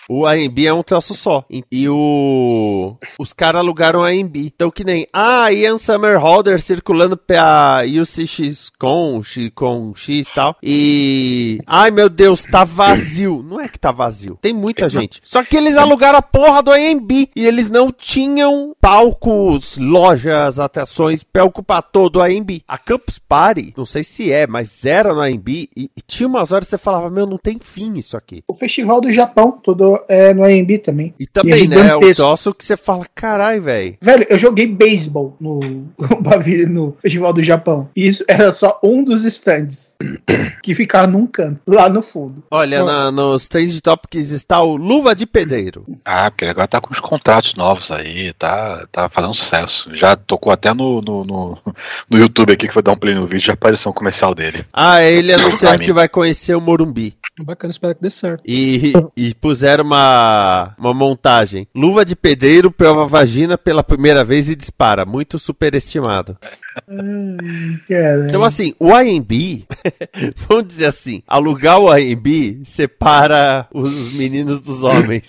O AMB é um troço só. E os caras alugaram a AMB. Então que nem... Ian Somerhalder circulando pra UCX com X e tal. E... Ai, meu Deus, tá vazio. Não é que tá vazio. Tem muita gente. Só que eles alugaram a porra do AMB. E eles não tinham palcos, lojas, atrações pra ocupar todo o AMB. A Campus Party, não sei se mas era no AMB. E tinha umas horas que você falava, meu, não tem fim isso aqui. O Festival do Japão, todo é no AMB também. E também, né? É um troço que você fala, carai, velho. Velho, eu joguei beisebol no Festival do Japão. E isso era só um dos stands que ficava num canto, lá no fundo. Olha, nos Trend Topics está o Luva de Pedreiro. Porque ele agora tá com os contratos novos aí, tá fazendo sucesso. Já tocou até no YouTube aqui, que foi dar um play no vídeo, já apareceu um comercial dele. Ele anunciou que vai conhecer o Morumbi. Bacana, espero que dê certo. E puseram uma montagem. Luva de pedreiro prova vagina pela primeira vez e dispara. Muito superestimado. Então assim, o AMB, vamos dizer assim, alugar o AMB separa os meninos dos homens.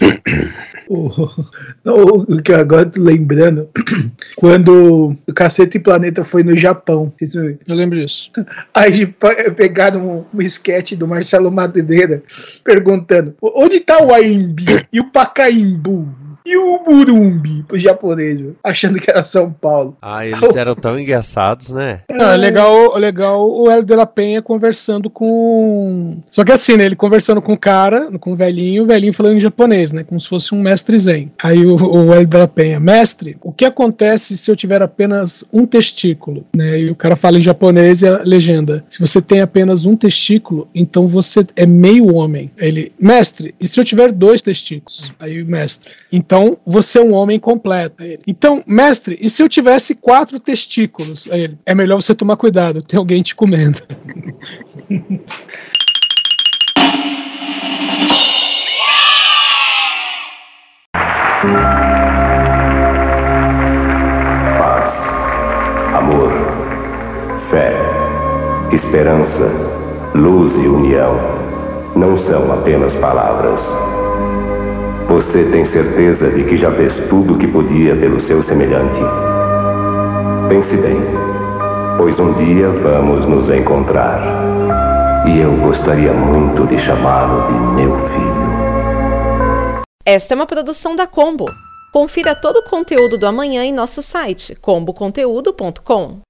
O que agora tô lembrando, quando o Cacete e Planeta foi no Japão. Eu lembro disso. Aí pegaram um sketch do Marcelo Madeira perguntando: onde tá o AMB e o Pacaembu? E o Burumbi, pro japonês, achando que era São Paulo. Eles eram tão engraçados, né? É legal o Hélio de la Penha conversando com... Só que assim, né? Ele conversando com o cara, com o velhinho falando em japonês, né? Como se fosse um mestre zen. Aí o Hélio de la Penha, mestre, o que acontece se eu tiver apenas um testículo? Né? E o cara fala em japonês e a legenda: se você tem apenas um testículo, então você é meio homem. Ele, mestre, e se eu tiver 2 testículos? Aí o mestre, então você é um homem completo. Então, mestre, e se eu tivesse 4 testículos? Aí ele, é melhor você tomar cuidado, tem alguém te comendo. Paz, amor, fé, esperança, luz e união não são apenas palavras. Você tem certeza de que já fez tudo o que podia pelo seu semelhante? Pense bem, pois um dia vamos nos encontrar. E eu gostaria muito de chamá-lo de meu filho. Esta é uma produção da Combo. Confira todo o conteúdo do amanhã em nosso site comboconteúdo.com.